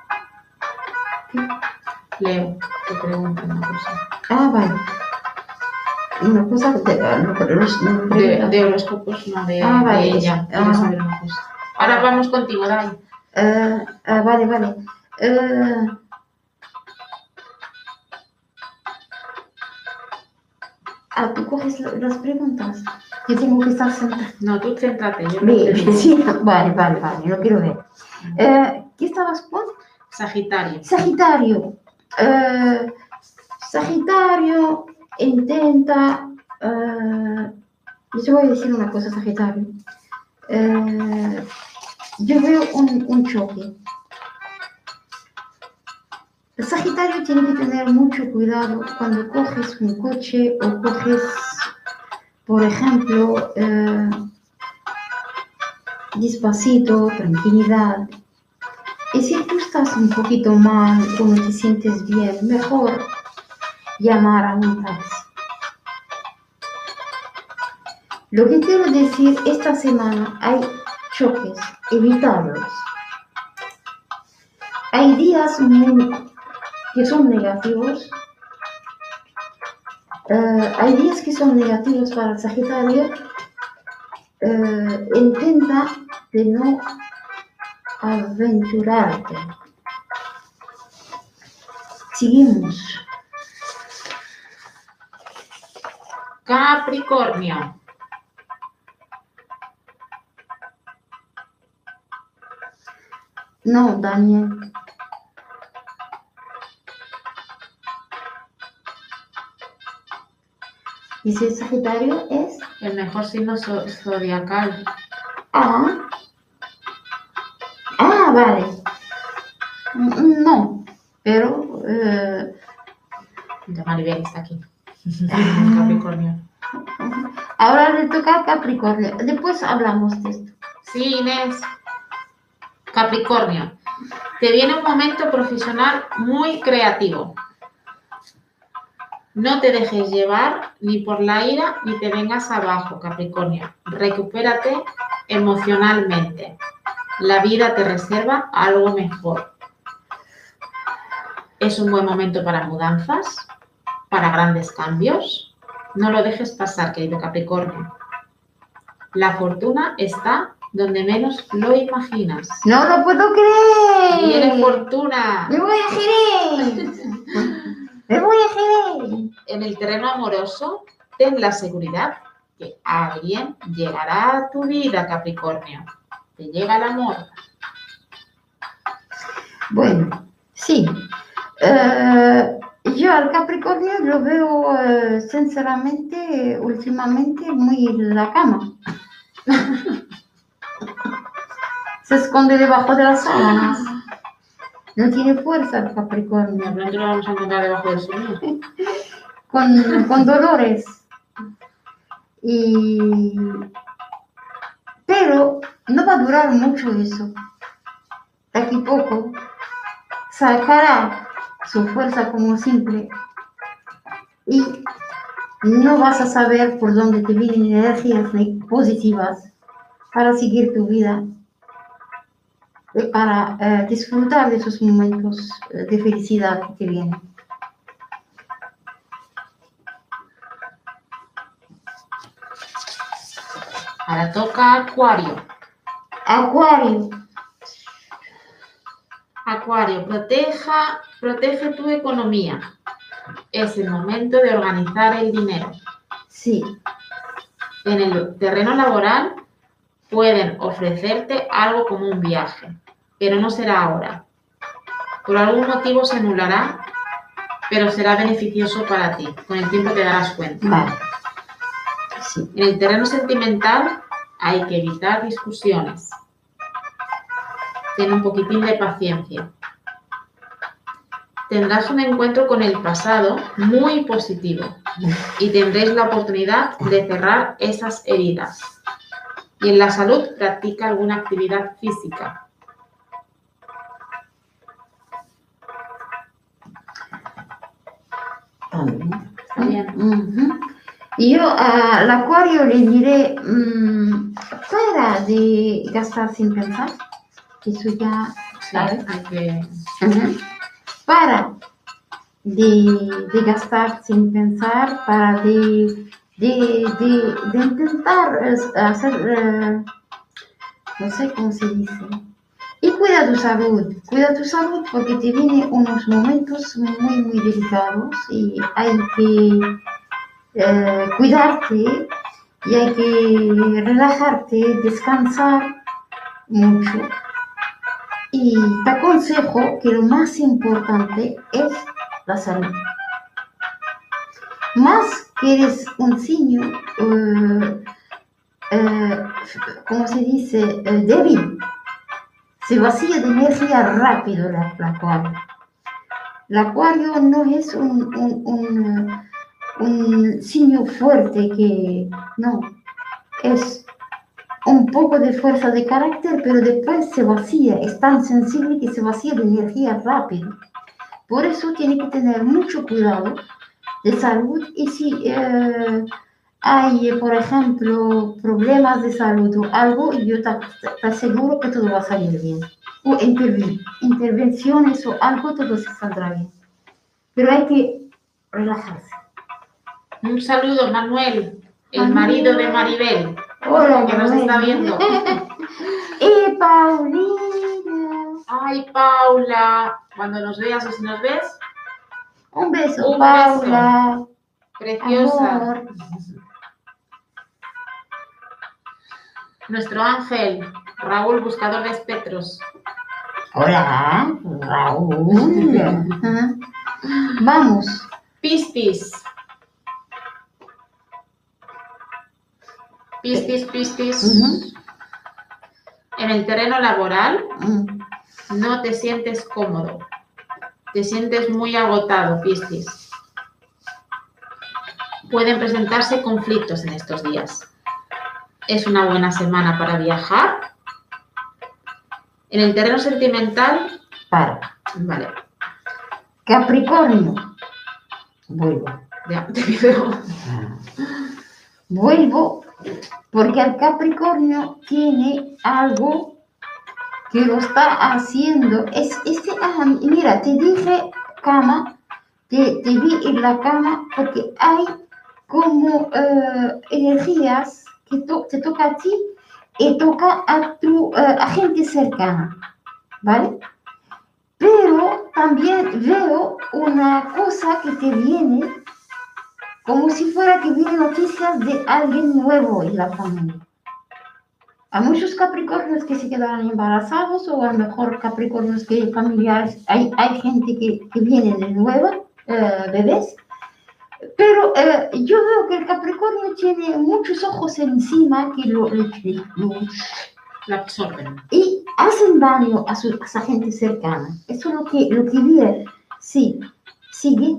Leo, te pregunto una cosa. Ah, vale. Una cosa de, los, de, de horóscopos, no de, ah, vale, de ella. ah, saber una cosa. Ahora vamos contigo, Dai. Uh, uh, vale, vale. Uh, ah, tú coges las preguntas. Yo tengo que estar sentada. No, tú céntrate. Yo Bien, sí, vale, vale, vale, lo quiero ver. Uh, ¿Qué estabas con? Sagitario. Sagitario. Uh, Sagitario intenta. Uh, yo te voy a decir una cosa, Sagitario. Uh, yo veo un, un choque. El Sagitario tiene que tener mucho cuidado cuando coges un coche o coges, por ejemplo, eh, despacito, tranquilidad. Y si tú estás un poquito mal o no te sientes bien, mejor llamar a un taxi. Lo que quiero decir, esta semana hay choques, evitarlos. Hay días muy, que son negativos. Uh, hay días que son negativos para el Sagitario. Uh, intenta de no aventurarte. Seguimos. Capricornio. No, Daniel. ¿Y si el Sagitario es? El mejor signo zodiacal. Ah. Ah, vale. No, pero... Eh... Ya Maribel está aquí. Capricornio. Ahora le toca a Capricornio. Después hablamos de esto. Sí, Inés. Capricornio. Te viene un momento profesional muy creativo. No te dejes llevar ni por la ira ni te vengas abajo, Capricornio. Recupérate emocionalmente. La vida te reserva algo mejor. Es un buen momento para mudanzas, para grandes cambios. No lo dejes pasar, querido Capricornio. La fortuna está donde menos lo imaginas. ¡No lo puedo creer! ¡Viene fortuna! ¡Me voy a Jerez! ¡Me voy a Jerez! En el terreno amoroso, ten la seguridad que alguien llegará a tu vida, Capricornio. Te llega el amor. Bueno, sí. Uh, yo al Capricornio lo veo, uh, sinceramente, últimamente muy en la cama. Se esconde debajo de las sábanas. No tiene fuerza el Capricornio. De pronto lo vamos a encontrar debajo del sueño. Con, con dolores. Y... Pero no va a durar mucho eso. De aquí a poco sacará su fuerza como simple y no vas a saber por dónde te vienen energías positivas para seguir tu vida, para eh, disfrutar de esos momentos de felicidad que te vienen. Ahora toca Acuario. Acuario. Acuario, proteja, protege tu economía. Es el momento de organizar el dinero. Sí. En el terreno laboral pueden ofrecerte algo como un viaje, pero no será ahora. Por algún motivo se anulará, pero será beneficioso para ti. Con el tiempo te darás cuenta. Vale. Sí. En el terreno sentimental hay que evitar discusiones. Ten un poquitín de paciencia. Tendrás un encuentro con el pasado muy positivo y tendréis la oportunidad de cerrar esas heridas. Y en la salud, practica alguna actividad física. ¿Está bien? Uh-huh. Y yo al Acuario le diré, um, fuera de gastar sin pensar, que eso ya, ¿sabes? Sí, hay que... uh-huh. Para de, de gastar sin pensar, para de, de, de, de intentar hacer, uh, no sé cómo se dice. Y cuida tu salud, cuida tu salud porque te vienen unos momentos muy, muy delicados y hay que eh, cuidarte y hay que relajarte, descansar mucho. Y te aconsejo que lo más importante es la salud. Más que eres un signo, eh, eh, ¿cómo se dice? Eh, débil. Se vacía de energía rápido el acuario. El acuario no es un, un, un, un signo fuerte que, no, es un poco de fuerza de carácter, pero después se vacía, es tan sensible que se vacía de energía rápido. Por eso tiene que tener mucho cuidado de salud y si eh, hay, por ejemplo, problemas de salud o algo, yo te, te aseguro que todo va a salir bien. O intervenciones o algo, todo se saldrá bien. Pero hay que relajarse. Un saludo, Manuel, el Manuel. marido de Maribel. Hola, que nos Manuel. está viendo. Y Paulina. Ay, Paula, cuando nos veas o si nos ves, Un beso, un Paula. beso. Preciosa. Amor. Nuestro ángel, Raúl, buscador de espectros. Hola, Raúl. Ajá. Vamos. Piscis. Piscis, Piscis. Uh-huh. En el terreno laboral Uh-huh. no te sientes cómodo. Te sientes muy agotado, Piscis. Pueden presentarse conflictos en estos días. Es una buena semana para viajar. En el terreno sentimental, Para. vale. Capricornio. Vuelvo. Ya, te pido. Vuelvo porque el Capricornio tiene algo que lo está haciendo. Es, este, ah, mira, te dije cama, te, te vi en la cama porque hay como uh, energías que to, te toca a ti y toca a tu uh, a gente cercana, ¿vale? Pero también veo una cosa que te viene como si fuera que vienen noticias de alguien nuevo en la familia. Hay muchos Capricornios que se quedan embarazados o a lo mejor Capricornios que familiares, hay, hay gente que, que viene de nuevo, eh, bebés. Pero eh, yo veo que el Capricornio tiene muchos ojos encima que lo, lo, lo, La absorben. Y hacen daño a, su, a esa gente cercana. Eso es lo que, lo que vi. Sí, sigue.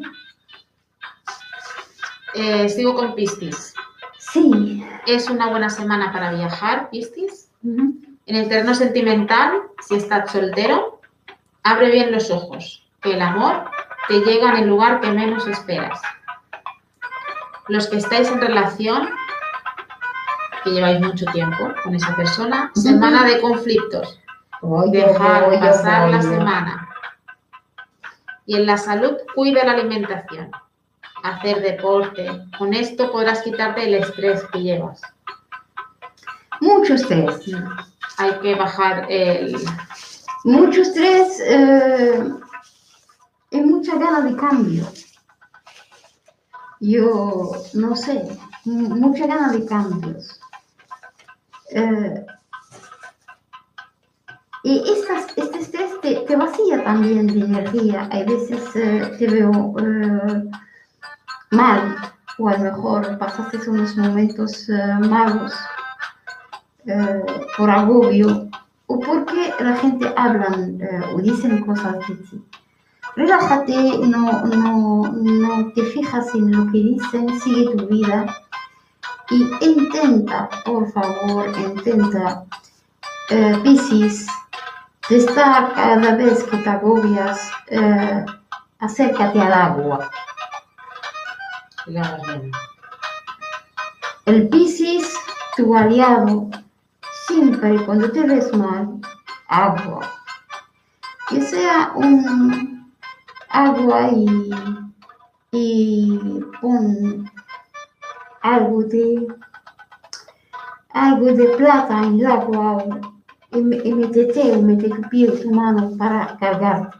Eh, sigo con Piscis. Sí. Es una buena semana para viajar, Piscis. Uh-huh. En el terreno sentimental, si estás soltero, abre bien los ojos, que el amor te llega en el lugar que menos esperas. Los que estáis en relación, que lleváis mucho tiempo con esa persona, uh-huh. Semana de conflictos. Oye, Dejar oye, pasar oye. la semana. Y en la salud, cuida la alimentación. Hacer deporte. Con esto podrás quitarte el estrés que llevas. Mucho estrés. Hay que bajar el... Mucho estrés eh, y mucha gana de cambio. Yo no sé, mucha gana de cambios. Eh, y estas, este estrés te, te vacía también de energía. Hay veces eh, te veo... Eh, mal, o a lo mejor pasaste unos momentos uh, malos uh, por agobio o porque la gente habla uh, o dicen cosas de ti. Relájate, no, no, no te fijas en lo que dicen, sigue tu vida y intenta, por favor, intenta, uh, Piscis, de estar cada vez que te agobias, uh, acércate al agua. El Piscis, tu aliado, siempre cuando te ves mal, agua. Que sea un agua y, y pon algo de, algo de plata en el agua y, y métete o mete tu pie o tu mano para cargar.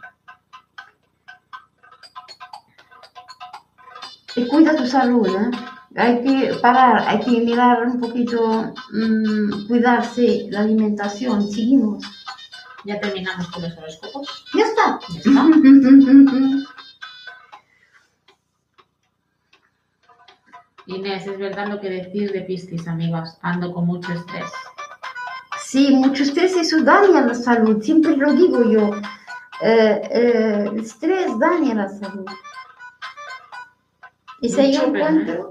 Y cuida tu salud, ¿eh? Hay que parar, hay que mirar un poquito, mmm, cuidarse la alimentación. Seguimos. Ya terminamos con los horóscopos. Ya está. Ya está. Inés, es verdad lo que decís de Piscis, amigas. Ando con mucho estrés. Sí, mucho estrés, eso daña la salud. Siempre lo digo yo. Eh, eh, el estrés daña la salud. Y si yo encuentro...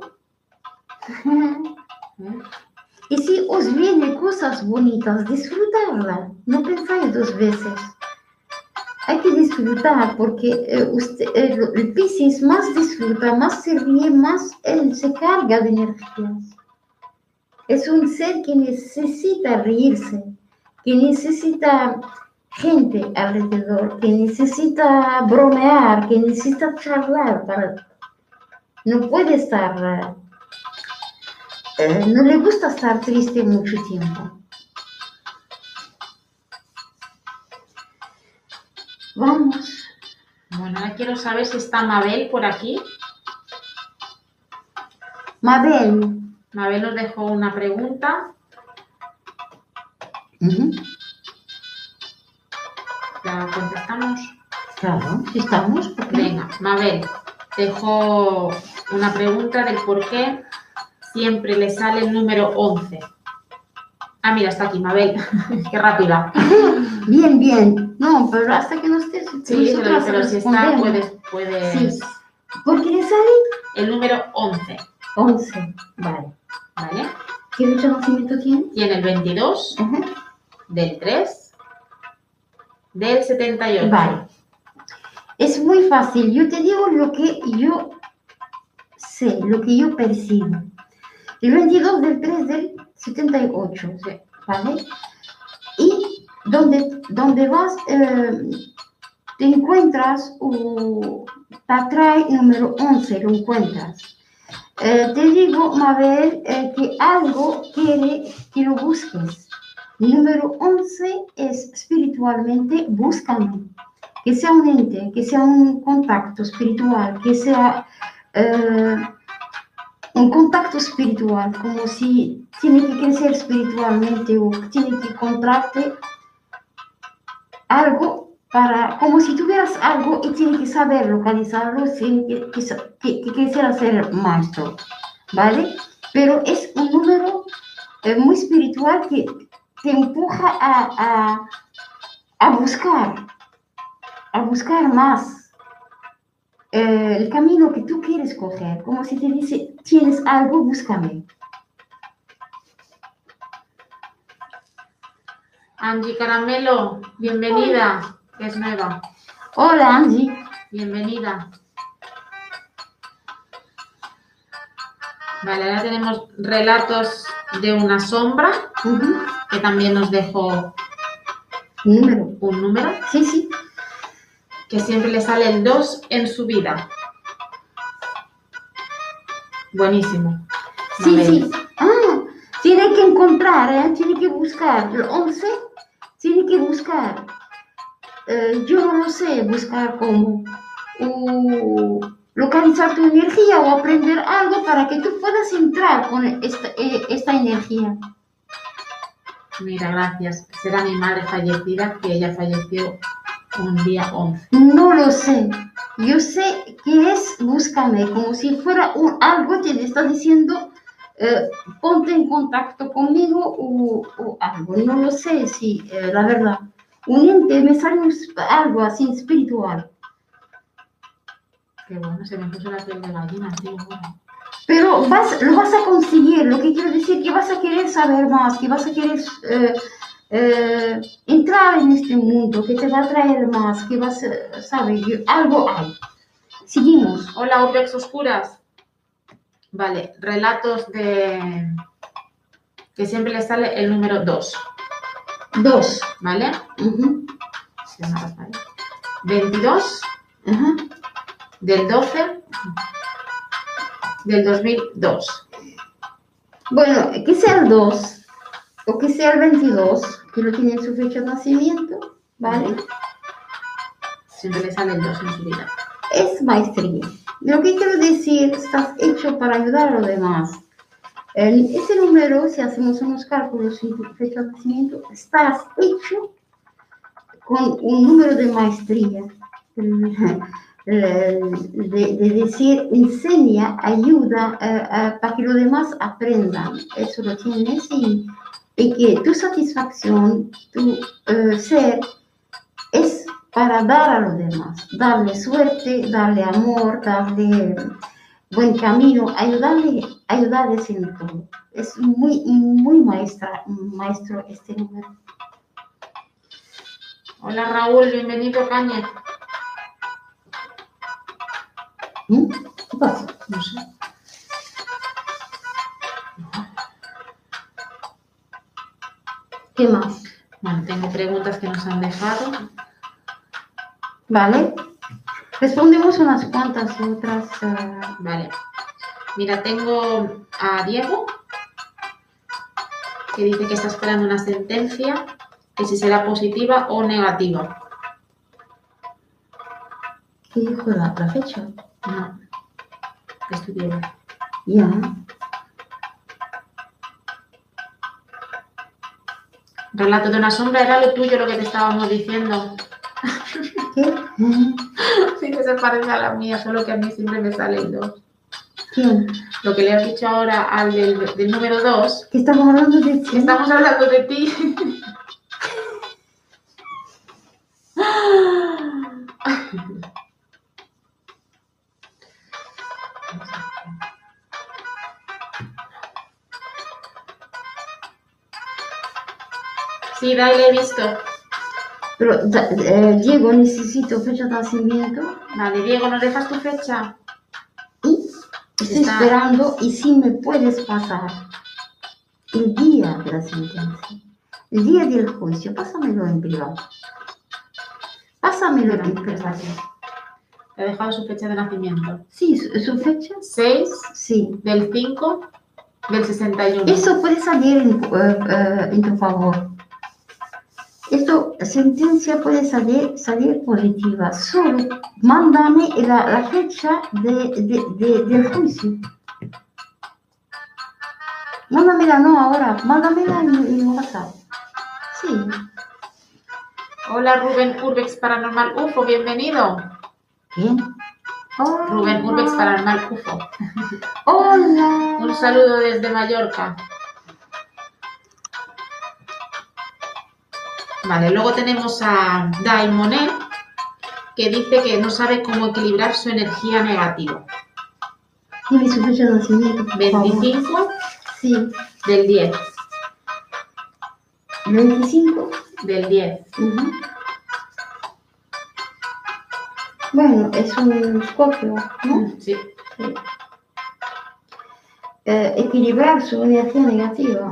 Y si os vienen cosas bonitas, disfrutarla. No pensáis dos veces. Hay que disfrutar porque eh, usted, eh, el Piscis más disfruta, más se ríe, más él se carga de energías. Es un ser que necesita reírse, que necesita gente alrededor, que necesita bromear, que necesita charlar. Para... No puede estar... Eh, no le gusta estar triste mucho tiempo. Vamos. Bueno, ahora quiero saber si está Mabel por aquí. Mabel. Mabel nos dejó una pregunta. Uh-huh. ¿La contestamos? Claro, sí estamos. Venga, Mabel, dejó una pregunta del por qué siempre le sale el número once. Ah, mira, está aquí, Mabel. Qué rápida. Bien, bien. No, pero hasta que no estés... Sí, pero, pero si está, puedes... puedes... Sí. ¿Por qué le sale? El número once. once, vale. ¿Vale? ¿Qué fecha de nacimiento tiene? Tiene el veintidós, Uh-huh. del tres, del setenta y ocho. Vale. Es muy fácil. Yo te digo lo que yo sé, lo que yo percibo. El veintidós del tres del setenta y ocho, Sí. ¿vale? Y donde, donde vas, eh, te encuentras, o te atrae número once, lo encuentras. Eh, te digo, Mabel, eh, que algo quiere que lo busques. El número once es espiritualmente, búscalo. Que sea un ente, que sea un contacto espiritual, que sea eh, un contacto espiritual, como si tiene que crecer espiritualmente o tiene que encontrarte algo para, como si tuvieras algo y tiene que saber localizarlo, tiene que, que, que, que quisiera ser maestro, ¿vale? Pero es un número eh, muy espiritual que te empuja a, a, a buscar, a buscar más eh, el camino que tú quieres coger, como si te dice, tienes algo, búscame. Angie Caramelo, bienvenida, que es nueva. Hola, Angie. Bienvenida. Vale, ahora tenemos relatos de una sombra, Uh-huh. que también nos dejó Número. un número, Sí, sí. que siempre le sale el dos en su vida. Buenísimo. Sí, Mabel. sí. Ah, tiene que encontrar, ¿eh? Tiene que buscar. El once tiene que buscar. Eh, yo no lo sé buscar cómo. O localizar tu energía o aprender algo para que tú puedas entrar con esta, eh, esta energía. Mira, gracias. Será mi madre fallecida, que ella falleció un día once. No lo sé. Yo sé que es búscame, como si fuera un, algo que te está diciendo eh, ponte en contacto conmigo o, o algo. No lo sé, sí, eh, la verdad. Un ente me sale un, algo así espiritual. Qué bueno, se me puso la piel de gallina, tío. Bueno. Pero vas, lo vas a conseguir, lo que quiero decir que vas a querer saber más, que vas a querer eh, eh, entrar en este mundo, que te va a traer más, que vas a, ¿sabes? Algo hay. Seguimos. Hola, Urbex Oscuras. Vale, relatos de... que siempre le sale el número dos. Dos. ¿Vale? Uh-huh. veintidós, Ajá. del doce del dos mil dos. Bueno, que sea el dos o que sea el veintidós, que no tiene su fecha de nacimiento, ¿vale? Siempre le sale el dos en su vida. Es maestría. Lo que quiero decir, estás hecho para ayudar a los demás. En ese número, si hacemos unos cálculos en tu fecha de nacimiento, estás hecho con un número de maestría. De, de decir, enseña, ayuda uh, uh, para que los demás aprendan. Eso lo tienes y, y que tu satisfacción, tu uh, ser, es para dar a los demás, darle suerte, darle amor, darle buen camino, ayudarle, ayudarles en todo. Es muy, muy maestra, maestro este número. Hola Raúl, bienvenido Caña. ¿Mm? ¿Qué pasa? No sé. ¿Qué más? Bueno, tengo preguntas que nos han dejado. Vale. Respondemos unas cuantas y otras. Uh... Vale. Mira, tengo a Diego, que dice que está esperando una sentencia, que si será positiva o negativa. ¿Qué dijo la, la fecha? No. Estudié. Ya. Relato de una sombra era lo tuyo, lo que te estábamos diciendo. ¿Qué? Sí que se parece a la mía, solo que a mí siempre me sale el dos. ¿Quién? Lo que le has dicho ahora al del, del número dos. ¿Que estamos hablando de ti? Estamos hablando de ti. Sí, Dai, le he visto. Pero, eh, Diego, necesito fecha de nacimiento. Vale, Diego, ¿nos dejas tu fecha? Y estoy Está... esperando y si me puedes pasar el día de la sentencia, el día del juicio, pásamelo en privado. Pásamelo en privado. ¿Te ha dejado su fecha de nacimiento? Sí, su, su fecha. seis Sí. Del cinco del sesenta y uno. Eso puede salir en, uh, uh, en tu favor. Esto, sentencia puede salir, salir positiva. Solo mándame la, la fecha de, de, de, del juicio. Mándamela no ahora, mándamela en, en WhatsApp. Sí. Hola Rubén Urbex Paranormal U F O, bienvenido. ¿Quién? Hola. Rubén Urbex Paranormal U F O. Hola. Un saludo desde Mallorca. Vale, luego tenemos a Daimonet, que dice que no sabe cómo equilibrar su energía negativa. Dime su fecha de nacimiento. veinticinco Sí. Del diez. veinticinco Del diez. Uh-huh. Bueno, es un Scorpio, ¿no? Sí. Sí. Eh, equilibrar su energía negativa.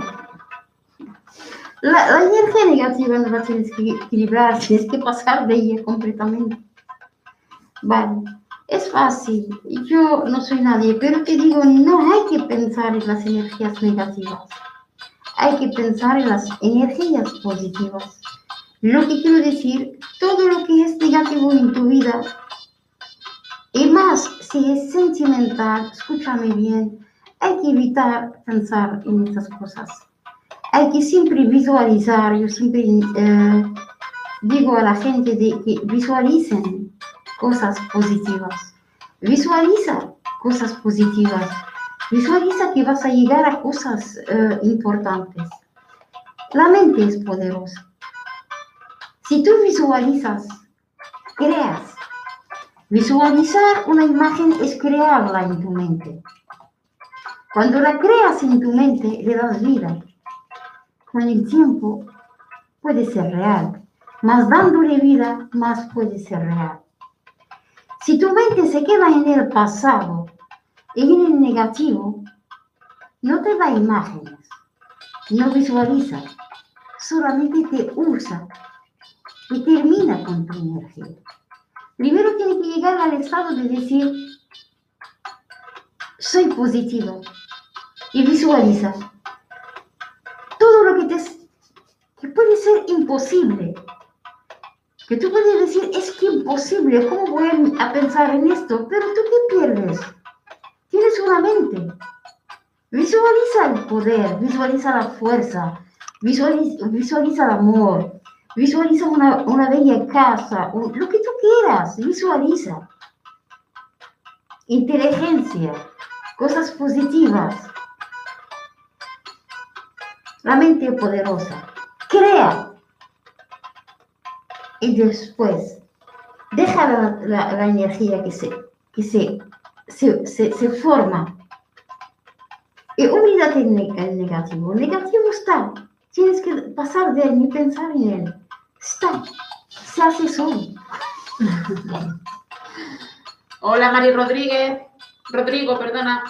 La, la energía negativa no la tienes que equilibrar, tienes que pasar de ella completamente. Vale, es fácil. Yo no soy nadie, pero te digo, no hay que pensar en las energías negativas. Hay que pensar en las energías positivas. Lo que quiero decir, todo lo que es negativo en tu vida, y más si es sentimental, escúchame bien, hay que evitar pensar en estas cosas. Hay que siempre visualizar, yo siempre eh, digo a la gente de que visualicen cosas positivas. Visualiza cosas positivas. Visualiza que vas a llegar a cosas eh, importantes. La mente es poderosa. Si tú visualizas, creas. Visualizar una imagen es crearla en tu mente. Cuando la creas en tu mente, le das vida. Con el tiempo puede ser real, más dándole vida, más puede ser real. Si tu mente se queda en el pasado, en el negativo, no te da imágenes, no visualiza, solamente te usa y termina con tu energía. Primero tiene que llegar al estado de decir, soy positivo. Y visualiza todo lo que te que puede ser imposible. Que tú puedes decir, es que imposible, ¿cómo voy a pensar en esto? Pero tú ¿qué pierdes? Tienes una mente. Visualiza el poder, visualiza la fuerza, visualiza, visualiza el amor, visualiza una, una bella casa, un, lo que tú quieras, visualiza. Inteligencia, cosas positivas. La mente es poderosa. Crea. Y después, deja la, la, la energía que, se, que se, se, se, se forma. Y olvídate el, el negativo. El negativo está. Tienes que pasar de él ni pensar en él. Está. Se hace solo. Hola, Mari Rodríguez. Rodrigo, perdona.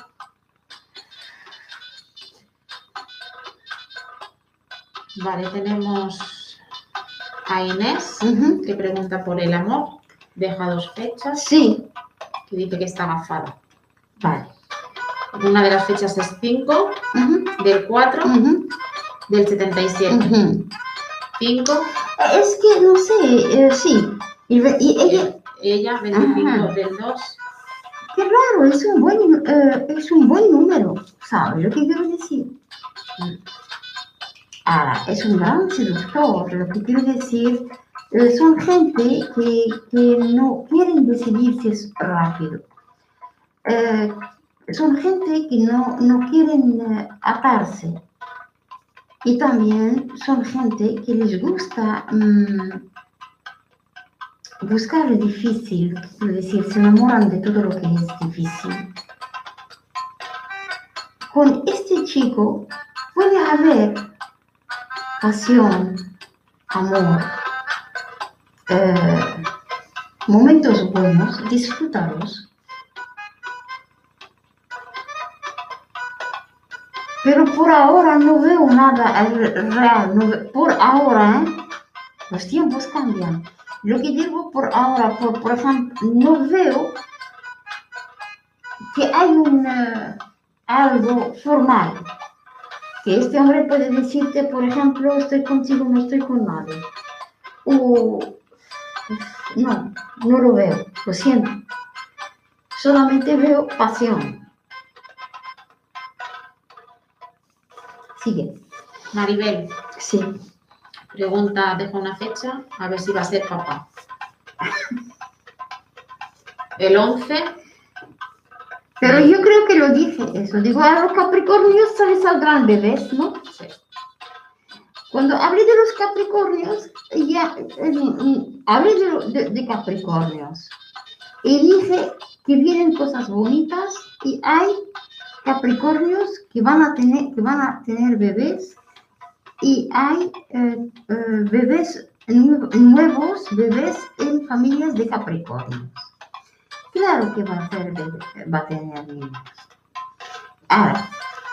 Vale, tenemos a Inés, uh-huh. que pregunta por el amor. Deja dos fechas. Sí. Que dice que está agafada. Vale. Una de las fechas es cinco, uh-huh. del cuatro, uh-huh. del setenta y siete. Uh-huh. cinco. Es que no sé, eh, sí. Y, y ella... Ella, veinticinco, uh-huh. del dos. Qué raro, es un buen, eh, es un buen número, ¿sabes lo que quiero decir? Mm. Ahora, es un gran seductor, lo que quiero decir, eh, son gente que, que no quieren decidirse rápido. Eh, son gente que no, no quieren eh, atarse. Y también son gente que les gusta mmm, buscar lo difícil, es decir, se enamoran de todo lo que es difícil. Con este chico puede haber pasión, amor, eh, momentos buenos, disfrutarlos. Pero por ahora no veo nada real, no veo, por ahora, ¿eh? Los tiempos cambian. Lo que digo por ahora, por, por ejemplo, no veo que hay un, uh, algo formal. Que este hombre puede decirte, por ejemplo, estoy contigo, no estoy con nadie. O, no, no lo veo, lo siento. Solamente veo pasión. Sigue. Maribel. Sí. Pregunta, deja una fecha, a ver si va a ser papá. El once. Pero yo creo que lo dije eso. Digo, a los Capricornios les saldrán bebés, ¿no? Sí. Cuando hablé de los Capricornios, ya eh, hablé de, de, de Capricornios. Y dije que vienen cosas bonitas y hay Capricornios que van a tener, que van a tener bebés. Y hay eh, eh, bebés, nuevos bebés en familias de Capricornio. Claro que va a, ser bebé, va a tener niños. Ahora,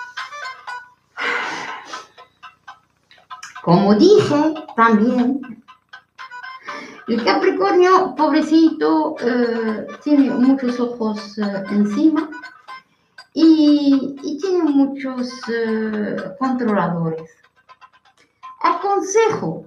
como dije también, el Capricornio, pobrecito, eh, tiene muchos ojos eh, encima y, y tiene muchos eh, controladores. Aconsejo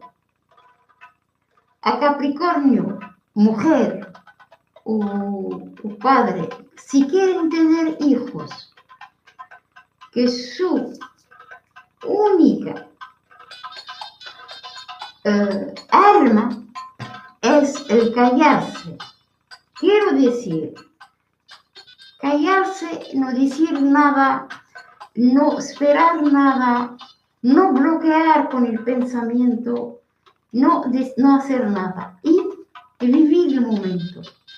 a Capricornio, mujer o, o padre, si quieren tener hijos, que su única eh, arma es el callarse. Quiero decir, callarse, no decir nada, no esperar nada, no bloquear con el pensamiento, no, de, no hacer nada y vivir el momento.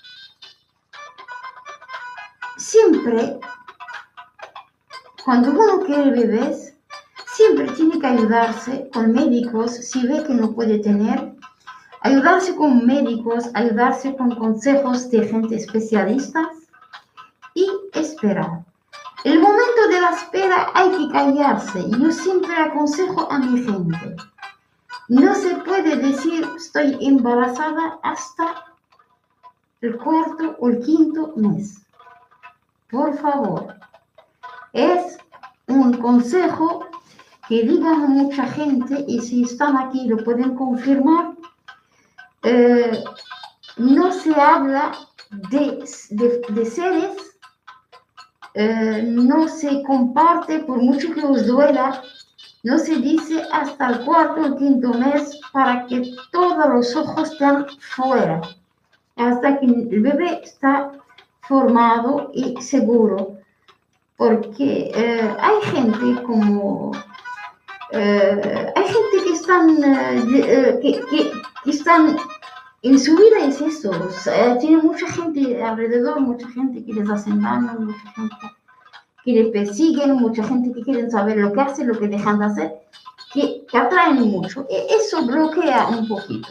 Siempre, cuando uno quiere bebés, siempre tiene que ayudarse con médicos si ve que no puede tener, ayudarse con médicos, ayudarse con consejos de gente especialista y esperar. El momento de la espera hay que callarse. Yo siempre aconsejo a mi gente. No se puede decir estoy embarazada hasta el cuarto o el quinto mes. Por favor. Es un consejo que digan a mucha gente, y si están aquí lo pueden confirmar. Eh, no se habla de, de, de seres, eh, no se comparte, por mucho que os duela, no se dice hasta el cuarto o quinto mes para que todos los ojos estén fuera, hasta que el bebé está formado y seguro, porque eh, hay gente como... Eh, hay gente que están, eh, que, que, que están en su vida es eso, o sea, tiene mucha gente alrededor, mucha gente que les hacen daño, mucha gente que les persiguen, mucha gente que quieren saber lo que hacen, lo que dejan de hacer, que, que atraen mucho. E eso bloquea un poquito.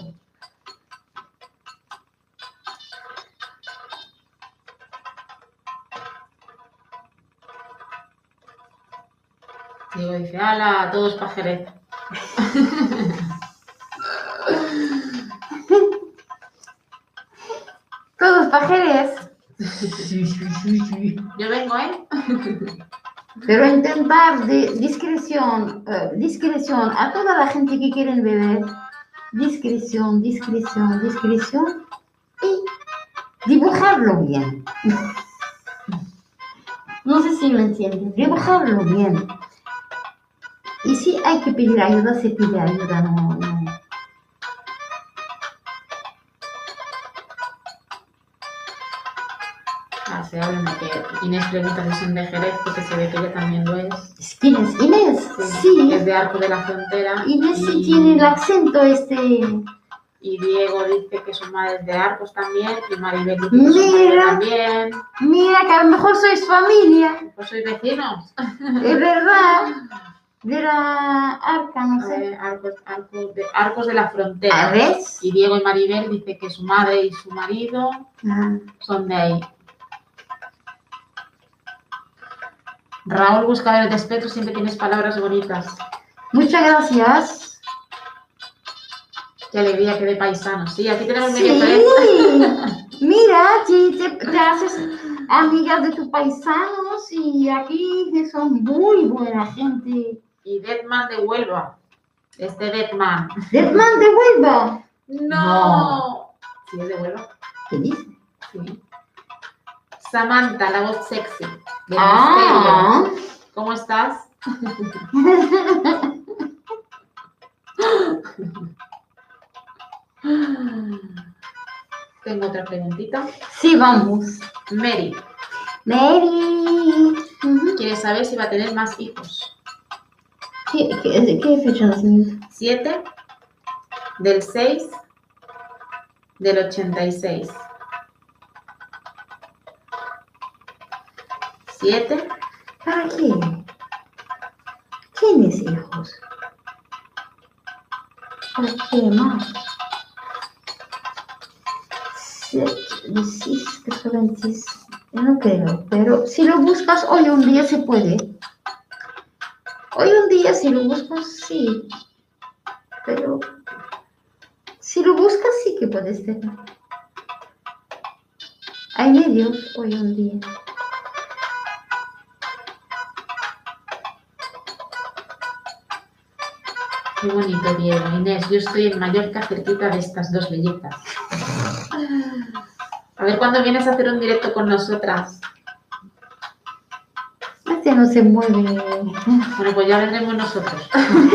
Digo, dice, ala, todos pa' Jerez. Todos pa' Jerez. Yo vengo, ¿eh? Pero intentar de discreción, uh, discreción a toda la gente que quieren beber, discreción, discreción, discreción y dibujarlo bien. No sé si me entienden, dibujarlo bien. Y si hay que pedir ayuda, se pide ayuda, no, no. Ah, se habla de que Inés pregunta si son de Jerez, porque se ve que ella también lo es. ¿Quién es Inés? Sí. Sí. Es de Arcos de la Frontera. Inés y... sí tiene el acento este. Y Diego dice que su madre es de Arcos también, y Maribel dice que su madre también. Mira, que a lo mejor sois familia. Pues sois vecinos. Es verdad. De la Arca, no sé. Eh, Arcos, Arcos, de, Arcos de la Frontera. ¿Ves? Y Diego y Maribel dice que su madre y su marido Ah. son de ahí. Raúl, buscador de espectro, siempre tienes palabras bonitas. Muchas gracias. Qué alegría que de paisanos. Sí, aquí tenemos Sí. medio Jerez. Mira, sí, te, te haces amigas de tus paisanos y aquí son muy buena gente. Y Deadman de Huelva. Este Deadman. ¿Deadman de Huelva? No. No. Sí, es de Huelva. ¿Qué dice? Sí. Samantha, la voz sexy. Del Ah. misterio. ¿Cómo estás? Tengo otra preguntita. Sí, vamos. Mary. Mary. Uh-huh. Quiere saber si va a tener más hijos. ¿Qué, qué, qué fecha de nacimiento? siete del seis del ochenta y seis. siete. ¿Para qué? ¿Tienes hijos? ¿Para qué más? No creo, pero si lo buscas hoy un día se puede. Hoy un día si lo buscas, sí. Pero si lo buscas, sí que puedes tener. Hay medios hoy un día. Qué bonito, Diego. Inés, yo estoy en Mallorca cerquita de estas dos bellezas. A ver cuándo vienes a hacer un directo con nosotras. Este no se mueve. Bueno, pues ya vendremos nosotros.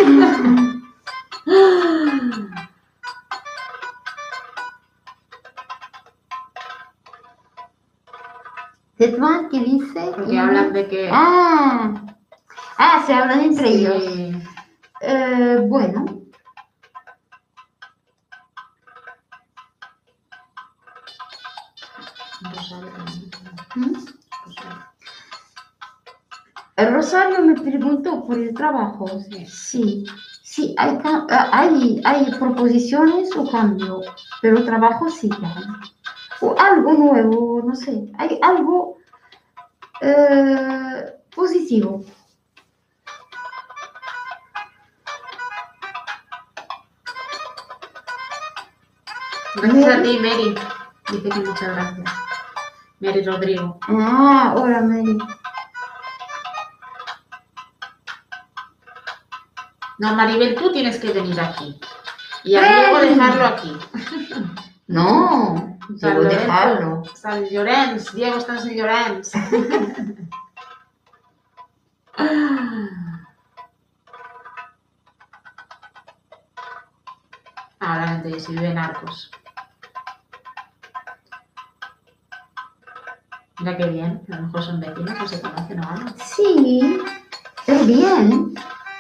¿Deadman qué dice? Porque hablan de que... Ah, ah se hablan entre Sí. ellos. Eh, bueno. ¿Mm? El Rosario me preguntó por el trabajo. Sí. Sí, sí, hay, hay, hay proposiciones o cambio, pero trabajo sí que hay. O algo nuevo, no sé, hay algo eh, positivo. Gracias a ti, Mary. Dice que muchas gracias. Mary Rodrigo. Ah, hola, Mary. No, Maribel, tú tienes que venir aquí. Y a Diego dejarlo aquí. No, debo dejarlo. San Llorenç, Diego está en San Llorenç. Ahora no entiendo si vive en Arcos. Mira qué bien, a lo mejor son vecinos o se conocen o algo. Sí, es bien.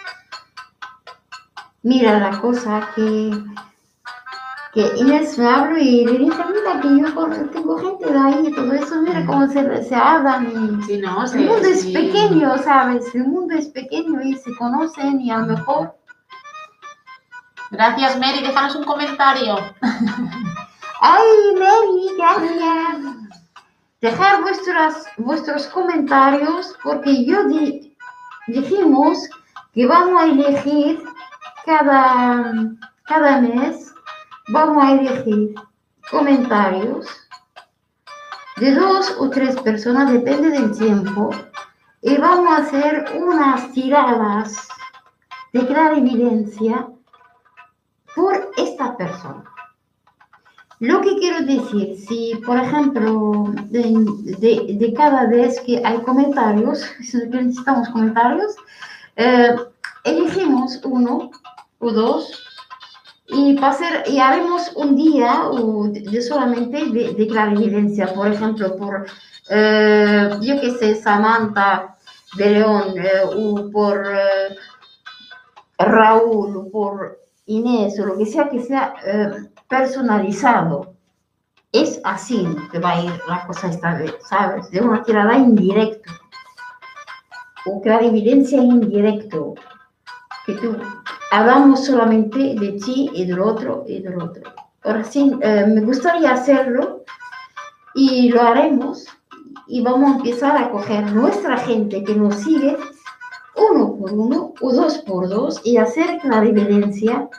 Mira la cosa que, que Inés me habla y le dice, mira que yo tengo gente de ahí y todo eso, mira cómo se, se hablan. Y sí, no, el sí, mundo sí. es pequeño, ¿sabes? El mundo es pequeño y se conocen y a lo mejor... Gracias, Mary, déjanos un comentario. ¡Ay, Mary, gracias! Dejar vuestras, vuestros comentarios porque yo di, dijimos que vamos a elegir cada, cada mes, vamos a elegir comentarios de dos o tres personas, depende del tiempo, y vamos a hacer unas tiradas de clarividencia por esta persona. Lo que quiero decir, si por ejemplo de, de, de cada vez que hay comentarios, que necesitamos comentarios, eh, elegimos uno o dos y, pasar, y haremos un día o de, de solamente de, de clarividencia, por ejemplo, por, eh, yo que sé, Samantha de León, eh, o por eh, Raúl, o por Inés, o lo que sea que sea eh, personalizado. Es así que va a ir la cosa esta vez, ¿sabes? De una tirada indirecta. O clarividencia indirecto. Que tú hablamos solamente de ti y del otro y del otro. Ahora sí, eh, me gustaría hacerlo y lo haremos y vamos a empezar a coger nuestra gente que nos sigue uno por uno o dos por dos y hacer clarividencia.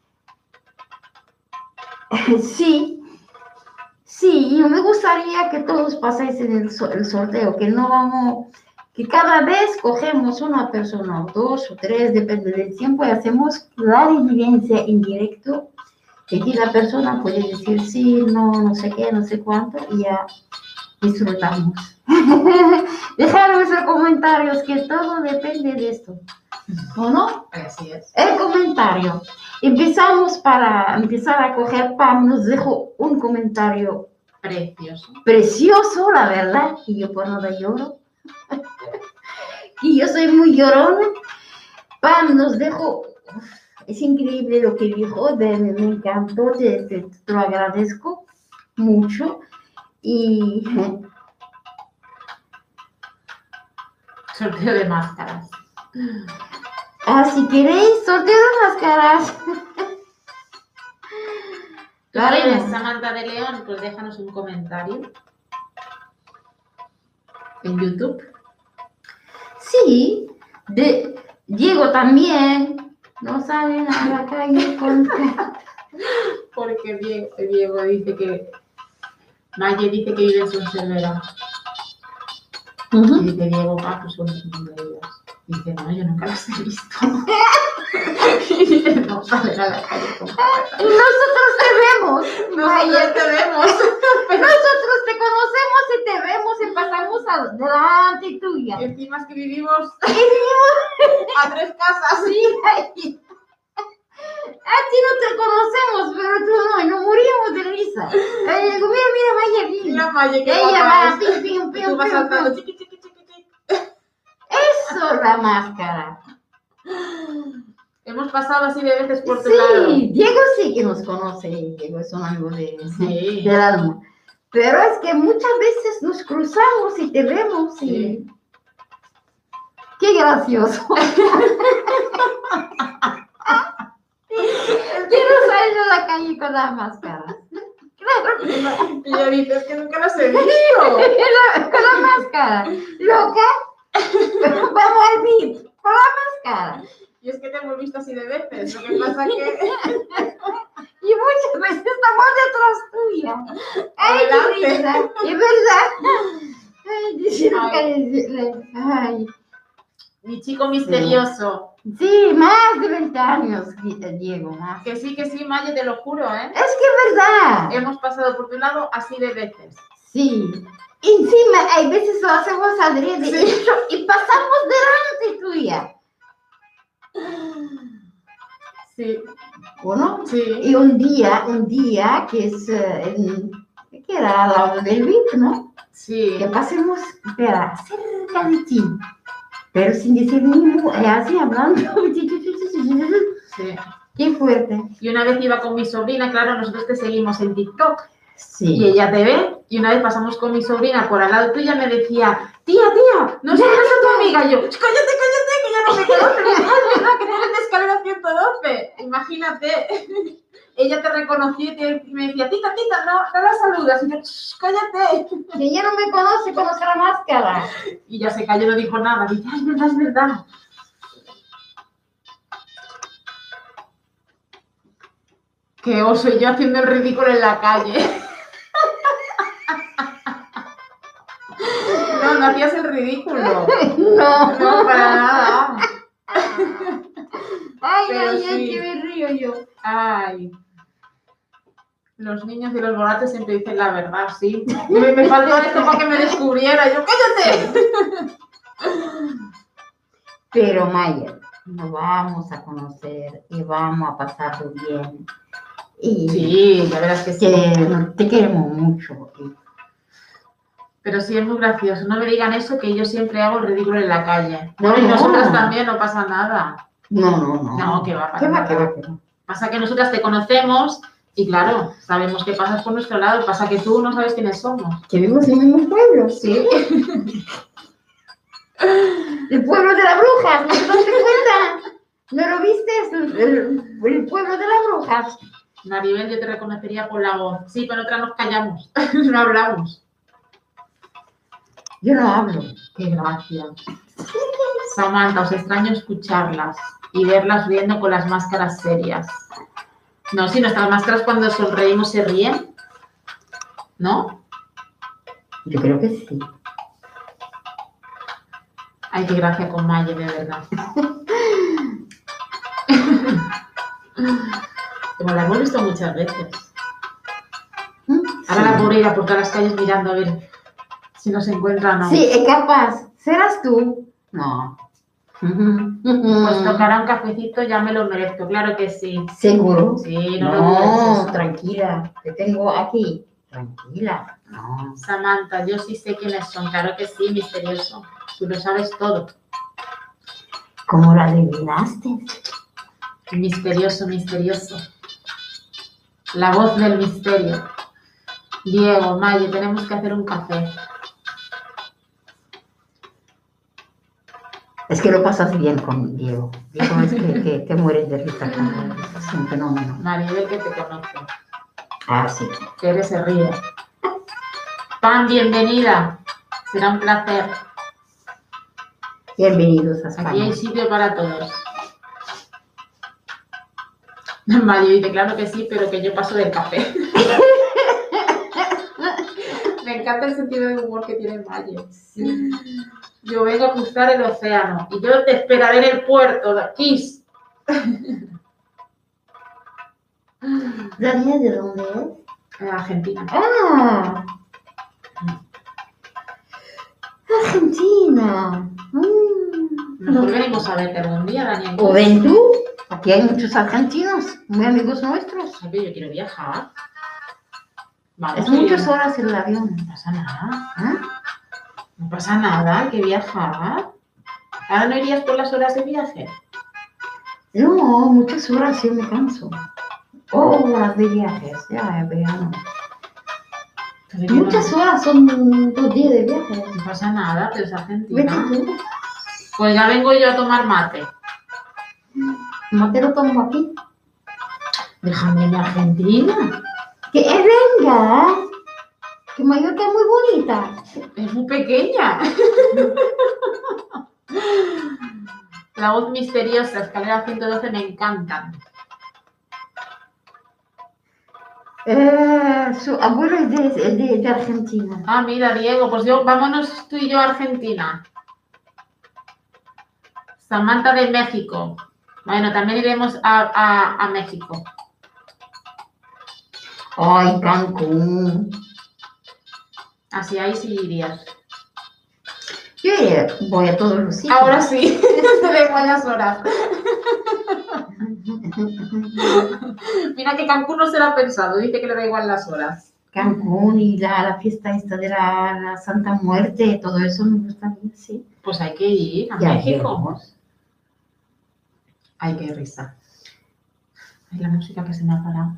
Sí. Sí, yo me gustaría que todos pasáis en el, so el sorteo, que no vamos, que cada vez cogemos una persona o dos o tres, depende del tiempo, y hacemos clarividencia en directo, y aquí la persona puede decir sí, no, no sé qué, no sé cuánto, y ya disfrutamos. Dejad vuestros comentarios, que todo depende de esto, ¿o no? Así es. El comentario. Empezamos para empezar a coger Pam, nos dejó un comentario Precioso. Precioso, la verdad, y yo por nada lloro. Y yo soy muy llorona. Pam nos dejó, es increíble lo que dijo, de, me, me encantó, te, te, te lo agradezco mucho. Y Sorteo de máscaras. ah, si queréis, sorteo de máscaras. ¿Tú tienes, Samantha de León? Pues déjanos un comentario en YouTube. Sí, de Diego también. No salen a la calle con... Porque Diego, Diego dice que... Maye dice que vive en Sonservera. Uh-huh. Y dice Diego, ah, pues son de ellas. Y dice, no, yo nunca las he visto. Y dice, no, salen a la calle con... Nosotros te vemos. Nosotros te vemos. Nosotros te conocemos y te vemos y pasamos delante tuya. Y encima es que vivimos Y vivimos a tres casas. así. A ti no te conocemos, pero tú no, y nos morimos de risa. Eh, digo, mira, mira, Maya, mira. Mira, Maye, que Ella guapa va, es. pim, pim, pim, Tú vas pim, saltando, pim. chiqui, chiqui, chiqui, chiqui. Eso es la máscara. Hemos pasado así de veces por tu lado. Sí, Diego sí que nos conoce, Diego es un amigo de, Sí. del alma. Pero es que muchas veces nos cruzamos y te vemos y... Sí. ¡Qué gracioso! ¿Quién nos ha ido a la calle con la máscara? Claro que no. Y ella dice, es que nunca las he visto. Con la máscara. ¿Loca? Vamos al beat. Con la máscara. Y es que te hemos visto así de veces. Lo que pasa que... Y muchas veces estamos detrás tuya. Ay, qué adelante. risa. Es verdad. Ay, dijeron que decirle. Ay. Mi chico misterioso. Sí, más de veinte años, Diego, más. Que sí, que sí, Maye, te lo juro, ¿eh? Es que es verdad. Hemos pasado por tu lado así de veces. Sí. Encima, hay veces lo hacemos adrede Sí. y pasamos delante tuya. Sí, ¿O no? sí. Y un día, un día que es, eh, en- que era al lado del V I P, ¿no? Sí. Que pasemos, espera, cerca de ti, pero sin decir ni mu, eh, así hablando. Sí. Qué fuerte. Y una vez iba con mi sobrina, claro, nosotros te seguimos en TikTok. Y Sí. ella te ve, y una vez pasamos con mi sobrina por al lado tuya, me decía, tía, tía, no saludas a tu amiga. Y yo, cállate, cállate, que ya no me conoce. Me decía, es verdad, que no eres de escalera ciento doce. Imagínate. Ella te reconoció y, te, y me decía, tita, tita, no, no la saludas. Y yo, cállate. Que ella no me conoce, conoce la máscara. Y ya se cayó, no dijo nada. Dice, ay, es verdad, es verdad. Que oso, y yo haciendo el ridículo en la calle. No, no hacías el ridículo. No. No, para nada. Ay, Pero ay, ay, sí. que me río yo. Ay. Los niños y los borrachos siempre dicen la verdad, sí. Me, me faltó esto para que me descubriera. Yo, cállate. Pero Maya, nos vamos a conocer y vamos a pasarlo bien. Y Sí, la verdad es que sí. que te queremos mucho. Pero sí es muy gracioso. No me digan eso, que yo siempre hago el ridículo en la calle. No, y no. nosotras también, no pasa nada. No, no, no. No, que va, para ¿Qué va, nada. qué va, qué va? Pasa que nosotras te conocemos y claro, sabemos que pasas por nuestro lado. Pasa que tú no sabes quiénes somos. Que vivimos en el mismo pueblo. Sí. El pueblo de las brujas, ¿no te das cuenta? ¿No lo viste? El, el, el pueblo de las brujas. Maribel, yo te reconocería por la voz. Sí, pero nosotras nos callamos. No hablamos. Yo no hablo. Qué gracia. Samantha, os extraño escucharlas y verlas riendo con las máscaras serias. No, si nuestras máscaras cuando sonreímos se ríen, ¿no? Yo creo que sí. Ay, qué gracia con Maye, de verdad. Como la hemos visto muchas veces. Ahora la pobre irá por todas las calles mirando a ver si nos encuentra o no. Sí, es capaz. ¿Serás tú? No. Pues tocará un cafecito, ya me lo merezco, claro que sí. ¿Seguro? Sí, no, No, lo dudes eso. tranquila. Te tengo aquí. Tranquila. No. Samantha, yo sí sé quiénes son, claro que sí, misterioso. Tú lo sabes todo. ¿Cómo lo adivinaste? Misterioso, misterioso. La voz del misterio. Diego, Maye, tenemos que hacer un café. Es que lo pasas bien con Diego. Diego es que, que, que mueres de risa con él. Es un fenómeno. Maribel, que te conoce. Ah, sí. Que eres se ríe. Pam, bienvenida. Será un placer. Bienvenidos a España. Aquí hay sitio para todos. Maye dice, claro que sí, pero que yo paso del café. Me encanta el sentido de humor que tiene Maye. Sí. Yo vengo a cruzar el océano y yo te esperaré en el puerto de Kiss. ¿Daniel de dónde es? En Argentina. Ah. Argentina. Mm. Mejor venimos a verte algún día, Daniel. ¿O ven tú? Aquí hay muchos argentinos, muy amigos nuestros. Ay, pero yo quiero viajar. Vamos, Es muchas iríamos. horas el avión. No pasa nada. ¿Ah? No pasa nada, hay que viajar. ¿Ahora no irías por las horas de viaje? No, muchas horas yo me canso. Horas de viajes, ya es verano. Entonces, Muchas no, horas son dos días de viaje. no pasa nada, pero es Vete Argentina. tú. Pues ya vengo yo a tomar mate. No te lo tomo aquí. Déjame en Argentina. Que eh, venga. Que Mallorca es muy bonita. Es muy pequeña. La voz misteriosa, escalera ciento doce, me encantan. Eh, su abuelo es de, de, de Argentina. Ah, mira, Diego, pues yo, vámonos tú y yo a Argentina. Samantha de México. Bueno, también iremos a, a, a México. Ay, Cancún. Así ahí sí irías. Yo iré, voy a todos los sitios. Ahora sí, te da igual las horas. Mira que Cancún no se lo ha pensado, dice que le da igual las horas. Cancún y la, la fiesta esta de la, la Santa Muerte, todo eso me gustaría, sí. Pues hay que ir a Ya México. iremos. Ay, qué risa. Ay, la música que se me ha parado.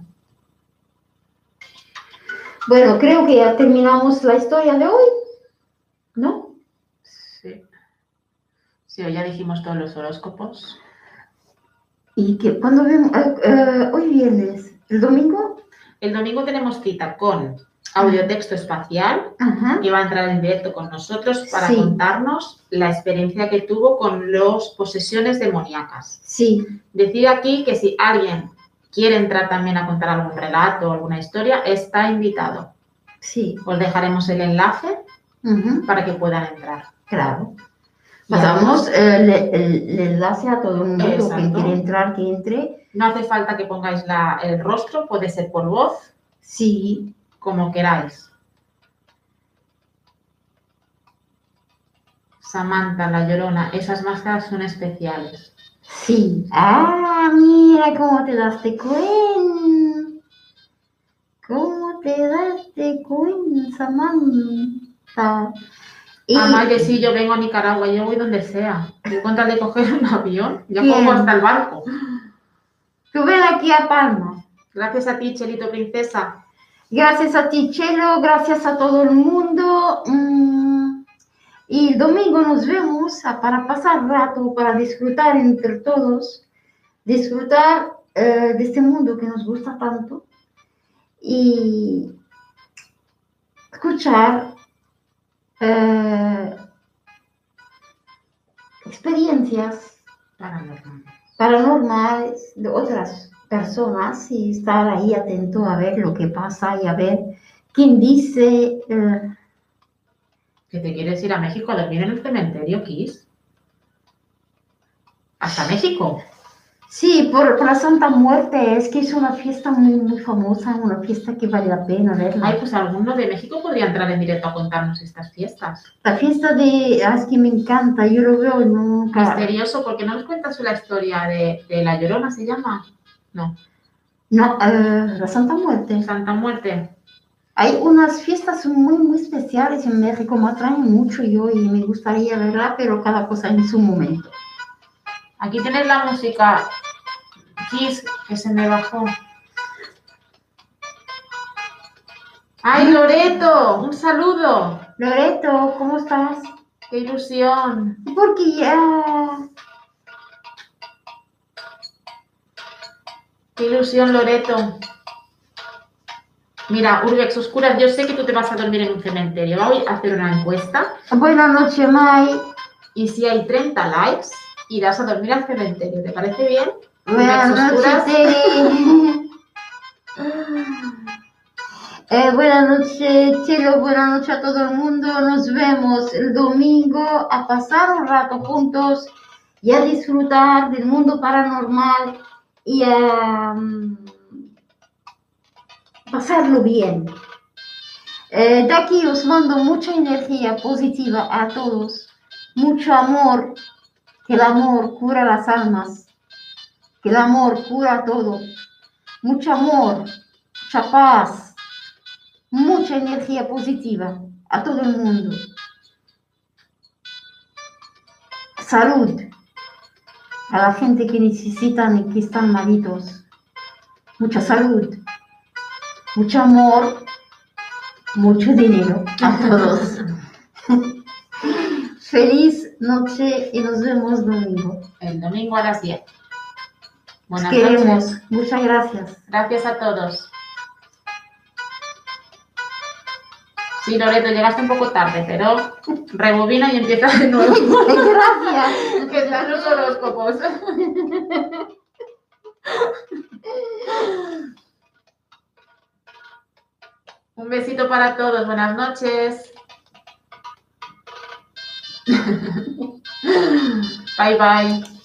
Bueno, creo que ya terminamos la historia de hoy, ¿no? Sí. Sí, hoy ya dijimos todos los horóscopos. Y que cuando vemos, eh, eh, hoy viernes, el domingo, El domingo tenemos cita con Audiotexto Espacial, ajá, que va a entrar en directo con nosotros para Sí. contarnos la experiencia que tuvo con las posesiones demoníacas. sí, Decir aquí que si alguien quiere entrar también a contar algún relato o alguna historia, está invitado. sí, Os dejaremos el enlace ujú, para que puedan entrar. claro. Y Pasamos además, el, el- el enlace a todo el mundo que Exacto. quiere entrar, que entre. no hace falta que pongáis la- el rostro, puede ser por voz, Sí, como queráis. Samantha, la Llorona, esas máscaras son especiales. sí. Ah, mira cómo te daste cuenta. ¿Cómo te daste cuenta, Samantha? Y Además que si yo vengo a Nicaragua, yo voy donde sea. Yo con tal de coger un avión, yo Bien. cojo hasta el barco. tú ven aquí a Palma. Gracias a ti, Chelito Princesa. Gracias a ti, Chelo, gracias a todo el mundo. Mm, y el domingo nos vemos a- para pasar rato, para disfrutar entre todos, disfrutar eh, de este mundo que nos gusta tanto y escuchar eh, experiencias Paranormal. paranormales de otras personas y estar ahí atento a ver lo que pasa y a ver quién dice. eh, ¿Que te quieres ir a México a dormir en el cementerio, Kiss? ¿Hasta México? Sí, por, por la Santa Muerte, es que es una fiesta muy, muy famosa, una fiesta que vale la pena verla. Ay, pues alguno de México podría entrar en directo a contarnos estas fiestas. La fiesta de, ah, es que me encanta, yo lo veo nunca. Misterioso, porque no nos cuentas la historia de, de La Llorona, ¿se llama? No, No, eh, la Santa Muerte. Santa Muerte. Hay unas fiestas muy, muy especiales en México, me atraen mucho yo y me gustaría verla, pero cada cosa en su momento. Aquí tienes la música Kiss, que se me bajó. ¡Ay, Loreto! ¡Un saludo! Loreto, ¿cómo estás? ¡Qué ilusión! Porque ya... ¡Qué ilusión, Loreto! Mira, Urbex Oscuras, yo sé que tú te vas a dormir en un cementerio. Voy a hacer una encuesta Buenas noches, Mai. y si hay treinta likes, irás a dormir al cementerio. ¿Te parece bien? Buenas Urbex noches, Oscuras. Tere. Eh, buenas noches, Chelo, buenas noches a todo el mundo. Nos vemos el domingo a pasar un rato juntos y a disfrutar del mundo paranormal y a um, pasarlo bien. Eh, de aquí os mando mucha energía positiva a todos, mucho amor, que el amor cura las almas, que el amor cura todo, mucho amor, mucha paz. Mucha energía positiva a todo el mundo. Salud a la gente que necesitan y que están malitos. Mucha salud, mucho amor, mucho dinero a todos. Feliz noche y nos vemos domingo. El domingo a las diez. Os Buenas queremos. noches. Muchas gracias. Gracias a todos. Sí, Loreto, llegaste un poco tarde, pero rebobina y empieza de nuevo. Gracias. Que están los horóscopos. Un besito para todos. Buenas noches. Bye, bye.